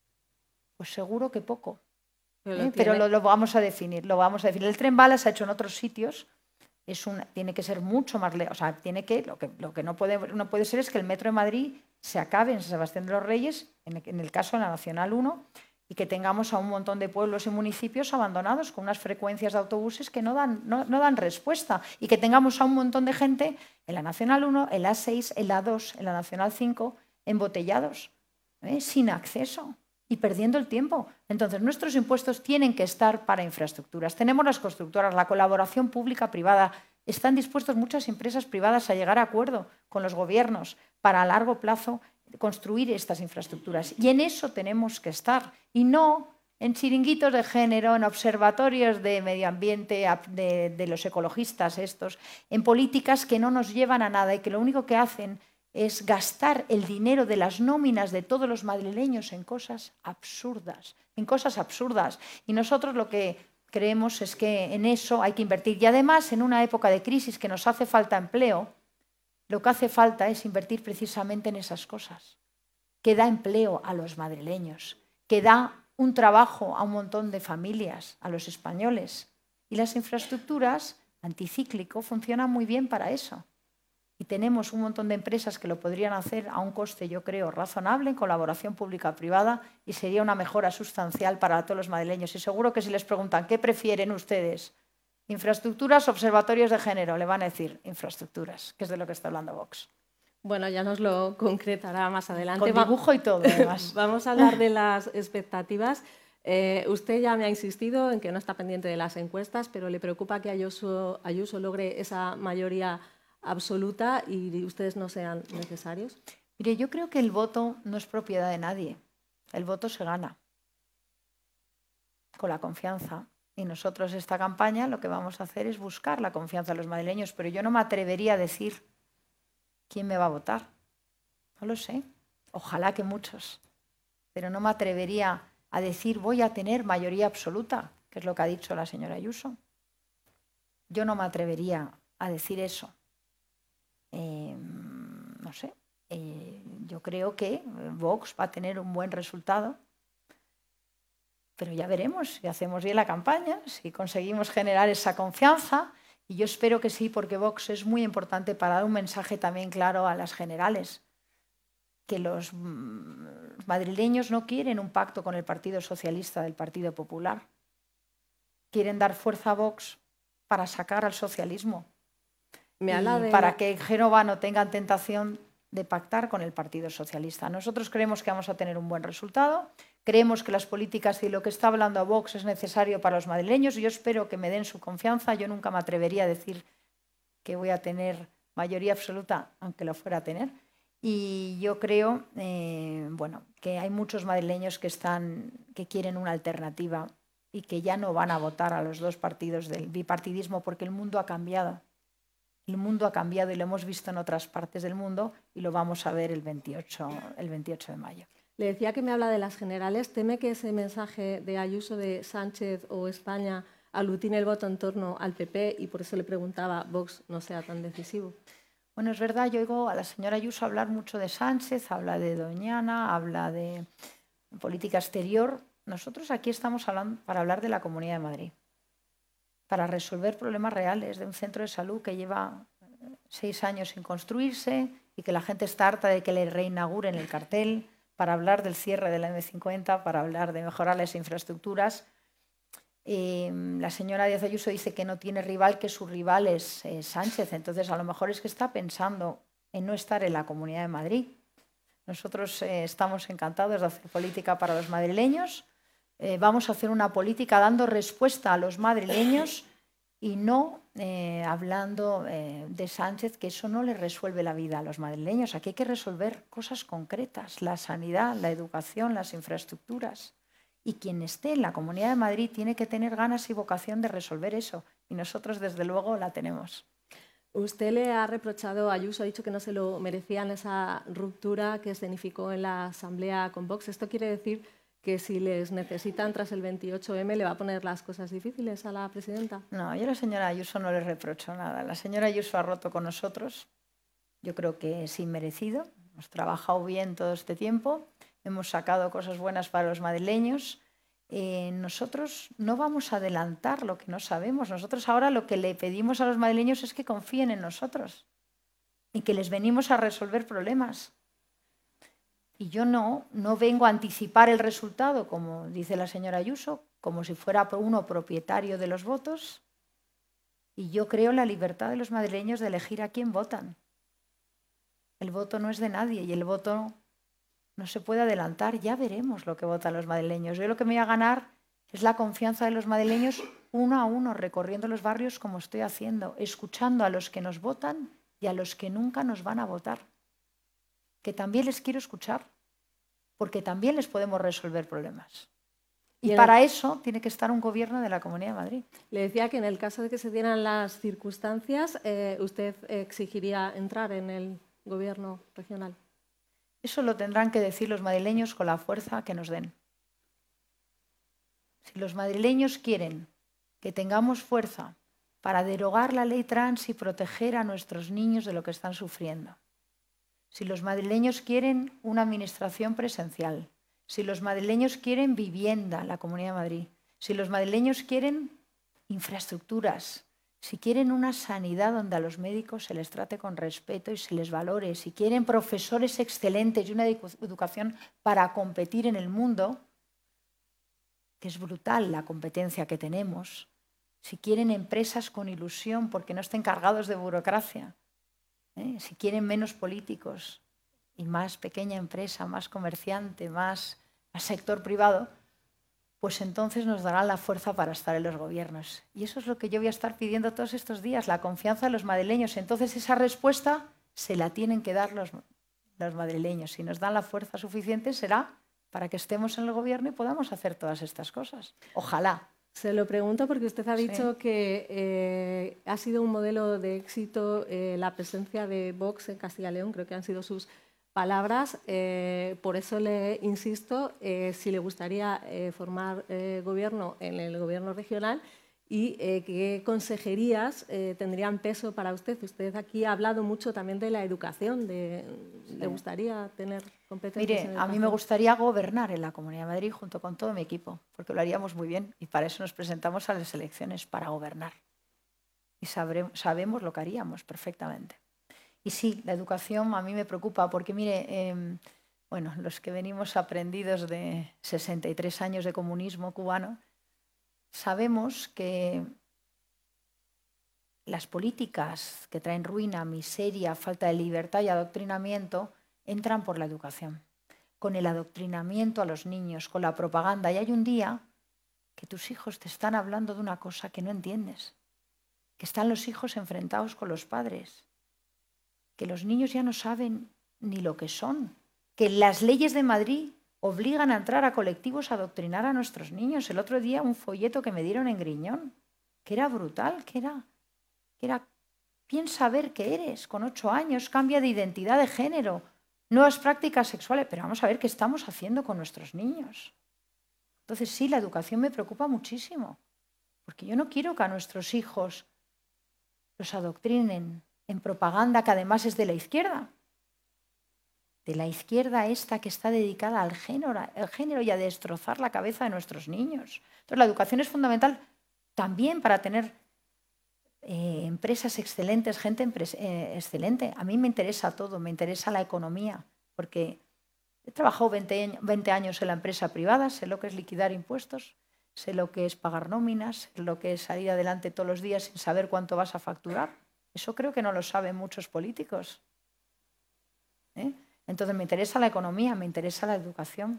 D: Pues seguro que poco. Pero, ¿eh? lo, Pero lo, lo vamos a definir, lo vamos a definir. El tren bala se ha hecho en otros sitios. Es una, tiene que ser mucho más lejos. O sea, tiene que, lo que, lo que no, puede, no puede ser es que el metro de Madrid se acabe en San Sebastián de los Reyes, en el, en el caso de la Nacional uno, y que tengamos a un montón de pueblos y municipios abandonados con unas frecuencias de autobuses que no dan, no, no dan respuesta, y que tengamos a un montón de gente en la Nacional uno, en la a seis, en la a dos, en la Nacional cinco, embotellados, ¿eh? sin acceso y perdiendo el tiempo. Entonces, nuestros impuestos tienen que estar para infraestructuras. Tenemos las constructoras, la colaboración pública-privada. Están dispuestos muchas empresas privadas a llegar a acuerdo con los gobiernos para a largo plazo construir estas infraestructuras. Y en eso tenemos que estar. Y no en chiringuitos de género, en observatorios de medio ambiente, de, de los ecologistas estos, en políticas que no nos llevan a nada y que lo único que hacen es gastar el dinero de las nóminas de todos los madrileños en cosas absurdas, en cosas absurdas. Y nosotros lo que creemos es que en eso hay que invertir. Y además, en una época de crisis que nos hace falta empleo, lo que hace falta es invertir precisamente en esas cosas, que da empleo a los madrileños, que da un trabajo a un montón de familias, a los españoles. Y las infraestructuras anticíclico funcionan muy bien para eso. Y tenemos un montón de empresas que lo podrían hacer a un coste, yo creo, razonable, en colaboración pública-privada, y sería una mejora sustancial para todos los madrileños. Y seguro que si les preguntan qué prefieren ustedes, infraestructuras o observatorios de género, le van a decir infraestructuras, que es de lo que está hablando Vox.
E: Bueno, ya nos lo concretará más adelante.
D: Con dibujo y todo, además.
E: Vamos a hablar de las expectativas. Eh, usted ya me ha insistido en que no está pendiente de las encuestas, pero le preocupa que Ayuso, Ayuso logre esa mayoría absoluta y ustedes no sean necesarios.
D: Mire, yo creo que el voto no es propiedad de nadie. El voto se gana con la confianza. Y nosotros esta campaña lo que vamos a hacer es buscar la confianza de los madrileños, pero yo no me atrevería a decir ¿quién me va a votar? No lo sé. Ojalá que muchos. Pero no me atrevería a decir voy a tener mayoría absoluta, que es lo que ha dicho la señora Ayuso. Yo no me atrevería a decir eso. Eh, no sé. Eh, yo creo que Vox va a tener un buen resultado. Pero ya veremos si hacemos bien la campaña, si conseguimos generar esa confianza. Y yo espero que sí, porque Vox es muy importante para dar un mensaje también claro a las generales. Que los madrileños no quieren un pacto con el Partido Socialista del Partido Popular. Quieren dar fuerza a Vox para sacar al socialismo.
E: Me
D: y
E: habla de...
D: para que en Génova no tengan tentación de pactar con el Partido Socialista. Nosotros creemos que vamos a tener un buen resultado. Creemos que las políticas y lo que está hablando a Vox es necesario para los madrileños. Yo espero que me den su confianza. Yo nunca me atrevería a decir que voy a tener mayoría absoluta, aunque lo fuera a tener. Y yo creo eh, bueno, que hay muchos madrileños que, están, que quieren una alternativa y que ya no van a votar a los dos partidos del bipartidismo porque el mundo ha cambiado. El mundo ha cambiado y lo hemos visto en otras partes del mundo y lo vamos a ver el veintiocho, el veintiocho de mayo.
E: Le decía que me habla de las generales. ¿Teme que ese mensaje de Ayuso de Sánchez o España aglutine el voto en torno al P P y por eso le preguntaba, Vox no sea tan decisivo?
D: Bueno, es verdad, yo oigo a la señora Ayuso hablar mucho de Sánchez, habla de Doñana, habla de política exterior. Nosotros aquí estamos hablando para hablar de la Comunidad de Madrid, para resolver problemas reales de un centro de salud que lleva seis años sin construirse y que la gente está harta de que le reinauguren el cartel, para hablar del cierre de la eme cincuenta, para hablar de mejorar las infraestructuras. Eh, la señora Díaz Ayuso dice que no tiene rival, que su rival es eh, Sánchez. Entonces, a lo mejor es que está pensando en no estar en la Comunidad de Madrid. Nosotros eh, estamos encantados de hacer política para los madrileños. Eh, vamos a hacer una política dando respuesta a los madrileños y no eh, hablando eh, de Sánchez, que eso no le resuelve la vida a los madrileños. Aquí hay que resolver cosas concretas, la sanidad, la educación, las infraestructuras. Y quien esté en la Comunidad de Madrid tiene que tener ganas y vocación de resolver eso. Y nosotros, desde luego, la tenemos.
E: Usted le ha reprochado a Ayuso, ha dicho que no se lo merecían esa ruptura que escenificó en la Asamblea con Vox. ¿Esto quiere decir que si les necesitan tras el veintiocho eme le va a poner las cosas difíciles a la presidenta?
D: No, yo a la señora Ayuso no le reprocho nada. La señora Ayuso ha roto con nosotros. Yo creo que es inmerecido. Hemos trabajado bien todo este tiempo. Hemos sacado cosas buenas para los madrileños. Eh, nosotros no vamos a adelantar lo que no sabemos. Nosotros ahora lo que le pedimos a los madrileños es que confíen en nosotros y que les venimos a resolver problemas. Y yo no, no vengo a anticipar el resultado, como dice la señora Ayuso, como si fuera uno propietario de los votos. Y yo creo en la libertad de los madrileños de elegir a quién votan. El voto no es de nadie y el voto no se puede adelantar. Ya veremos lo que votan los madrileños. Yo lo que me voy a ganar es la confianza de los madrileños uno a uno, recorriendo los barrios como estoy haciendo, escuchando a los que nos votan y a los que nunca nos van a votar. Que también les quiero escuchar, porque también les podemos resolver problemas. Y
E: Bien.
D: Para eso tiene que estar un gobierno de la Comunidad de Madrid.
E: Le decía que en el caso de que se dieran las circunstancias, eh, usted exigiría entrar en el gobierno regional.
D: Eso lo tendrán que decir los madrileños con la fuerza que nos den. Si los madrileños quieren que tengamos fuerza para derogar la ley trans y proteger a nuestros niños de lo que están sufriendo, si los madrileños quieren una administración presencial, si los madrileños quieren vivienda en la Comunidad de Madrid, si los madrileños quieren infraestructuras, si quieren una sanidad donde a los médicos se les trate con respeto y se les valore, si quieren profesores excelentes y una educación para competir en el mundo, que es brutal la competencia que tenemos, si quieren empresas con ilusión porque no estén cargados de burocracia, ¿eh? Si quieren menos políticos y más pequeña empresa, más comerciante, más, más sector privado, pues entonces nos darán la fuerza para estar en los gobiernos. Y eso es lo que yo voy a estar pidiendo todos estos días, la confianza de los madrileños. Entonces esa respuesta se la tienen que dar los, los madrileños. Si nos dan la fuerza suficiente será para que estemos en el gobierno y podamos hacer todas estas cosas. Ojalá.
E: Se lo pregunto porque usted ha dicho
D: Sí.
E: que eh, ha sido un modelo de éxito eh, la presencia de Vox en Castilla y León, creo que han sido sus palabras. Eh, por eso le insisto eh, si le gustaría eh, formar eh, gobierno en el gobierno regional y eh, qué consejerías eh, tendrían peso para usted. Usted aquí ha hablado mucho también de la educación. De, sí. ¿Le gustaría tener competencias
D: Mire,
E: en educación?
D: a mí me gustaría gobernar en la Comunidad de Madrid junto con todo mi equipo, porque lo haríamos muy bien y para eso nos presentamos a las elecciones, para gobernar. Y sabremos, sabemos lo que haríamos perfectamente. Y sí, la educación a mí me preocupa porque, mire, eh, bueno, los que venimos aprendidos de sesenta y tres años de comunismo cubano, sabemos que las políticas que traen ruina, miseria, falta de libertad y adoctrinamiento entran por la educación, con el adoctrinamiento a los niños, con la propaganda. Y hay un día que tus hijos te están hablando de una cosa que no entiendes, que están los hijos enfrentados con los padres, que los niños ya no saben ni lo que son, que las leyes de Madrid obligan a entrar a colectivos a adoctrinar a nuestros niños. El otro día un folleto que me dieron en Griñón, que era brutal, que era, que era piensa ver qué eres, con ocho años, cambia de identidad de género, nuevas prácticas sexuales, pero vamos a ver qué estamos haciendo con nuestros niños. Entonces sí, la educación me preocupa muchísimo, porque yo no quiero que a nuestros hijos los adoctrinen en propaganda que además es de la izquierda. De la izquierda esta que está dedicada al género, al género y a destrozar la cabeza de nuestros niños. Entonces la educación es fundamental también para tener eh, empresas excelentes, gente eh, excelente. A mí me interesa todo, me interesa la economía, porque he trabajado veinte, veinte años en la empresa privada, sé lo que es liquidar impuestos, sé lo que es pagar nóminas, sé lo que es salir adelante todos los días sin saber cuánto vas a facturar. Eso creo que no lo saben muchos políticos. ¿Eh? Entonces me interesa la economía, me interesa la educación,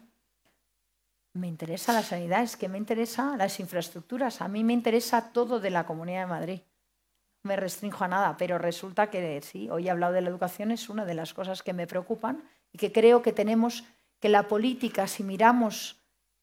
D: me interesa la sanidad, es que me interesa las infraestructuras, a mí me interesa todo de la Comunidad de Madrid. No me restrinjo a nada, pero resulta que sí, hoy he hablado de la educación, es una de las cosas que me preocupan y que creo que tenemos que la política, si miramos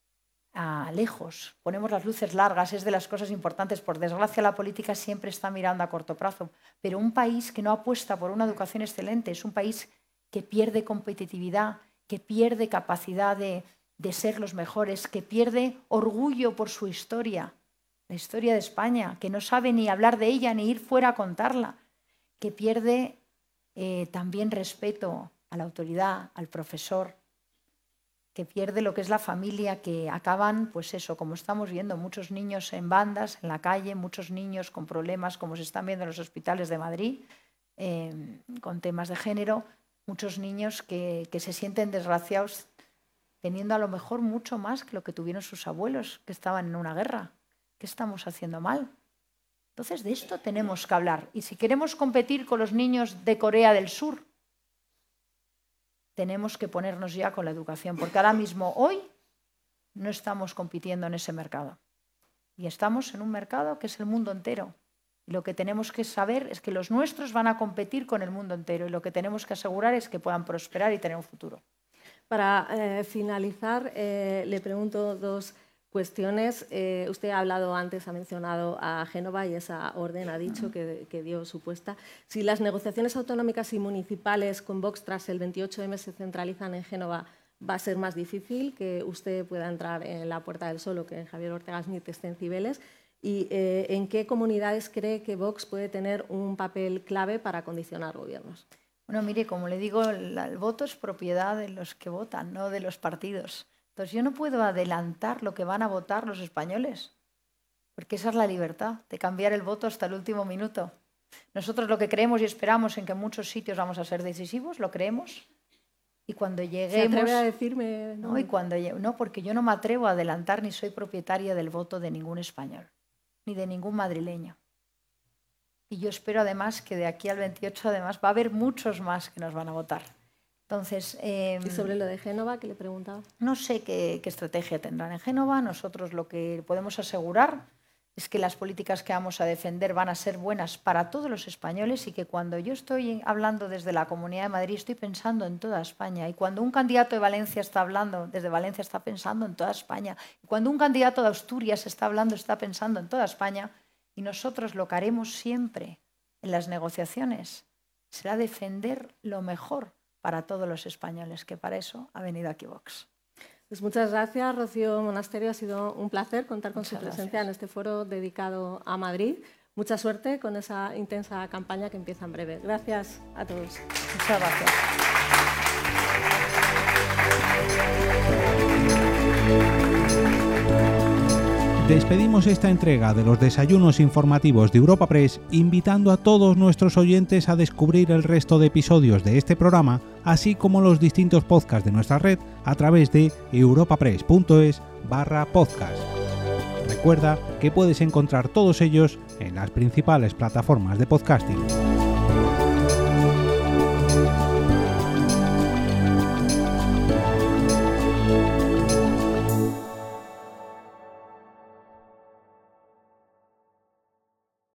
D: a lejos, ponemos las luces largas, es de las cosas importantes. Por desgracia, la política siempre está mirando a corto plazo, pero un país que no apuesta por una educación excelente es un país que pierde competitividad, que pierde capacidad de, de ser los mejores, que pierde orgullo por su historia, la historia de España, que no sabe ni hablar de ella ni ir fuera a contarla, que pierde eh, también respeto a la autoridad, al profesor, que pierde lo que es la familia, que acaban, pues eso, como estamos viendo, muchos niños en bandas, en la calle, muchos niños con problemas, como se están viendo en los hospitales de Madrid, eh, con temas de género, muchos niños que, que se sienten desgraciados teniendo a lo mejor mucho más que lo que tuvieron sus abuelos, que estaban en una guerra. ¿Qué estamos haciendo mal? Entonces, de esto tenemos que hablar. Y si queremos competir con los niños de Corea del Sur, tenemos que ponernos ya con la educación, porque ahora mismo, hoy, no estamos compitiendo en ese mercado. Y estamos en un mercado que es el mundo entero. Y lo que tenemos que saber es que los nuestros van a competir con el mundo entero y lo que tenemos que asegurar es que puedan prosperar y tener un futuro.
E: Para eh, finalizar, eh, le pregunto dos cuestiones. Eh, usted ha hablado antes, ha mencionado a Génova y esa orden ha dicho uh-huh. que, que dio su puesta. Si las negociaciones autonómicas y municipales con Vox tras el veintiocho eme se centralizan en Génova, ¿va a ser más difícil que usted pueda entrar en la Puerta del Sol o que Javier Ortega Smith esté en Cibeles? ¿Y eh, en qué comunidades cree que Vox puede tener un papel clave para condicionar gobiernos?
D: Bueno, mire, como le digo, el, el voto es propiedad de los que votan, no de los partidos. Entonces yo no puedo adelantar lo que van a votar los españoles, porque esa es la libertad, de cambiar el voto hasta el último minuto. Nosotros lo que creemos y esperamos en que en muchos sitios vamos a ser decisivos, lo creemos. Y cuando lleguemos...
E: ¿Se atreve a decirme?
D: No, y cuando llegue... no, porque yo no me atrevo a adelantar ni soy propietaria del voto de ningún español, ni de ningún madrileño. Y yo espero además que de aquí al veintiocho además va a haber muchos más que nos van a votar. Entonces, eh,
E: ¿y sobre lo de Génova, que le preguntaba?
D: No sé qué, qué estrategia tendrán en Génova. Nosotros lo que podemos asegurar es que las políticas que vamos a defender van a ser buenas para todos los españoles y que cuando yo estoy hablando desde la Comunidad de Madrid estoy pensando en toda España, y cuando un candidato de Valencia está hablando desde Valencia está pensando en toda España, y cuando un candidato de Asturias está hablando está pensando en toda España, y nosotros lo que haremos siempre en las negociaciones será defender lo mejor para todos los españoles, que para eso ha venido aquí Vox.
E: Pues muchas gracias, Rocío Monasterio. Ha sido un placer contar con
D: Muchas
E: su presencia
D: gracias.
E: en este foro dedicado a Madrid. Mucha suerte con esa intensa campaña que empieza en breve. Gracias a todos.
D: Muchas gracias.
B: Despedimos esta entrega de los desayunos informativos de Europa Press invitando a todos nuestros oyentes a descubrir el resto de episodios de este programa, así como los distintos podcasts de nuestra red a través de europapress.es barra podcast. Recuerda que puedes encontrar todos ellos en las principales plataformas de podcasting.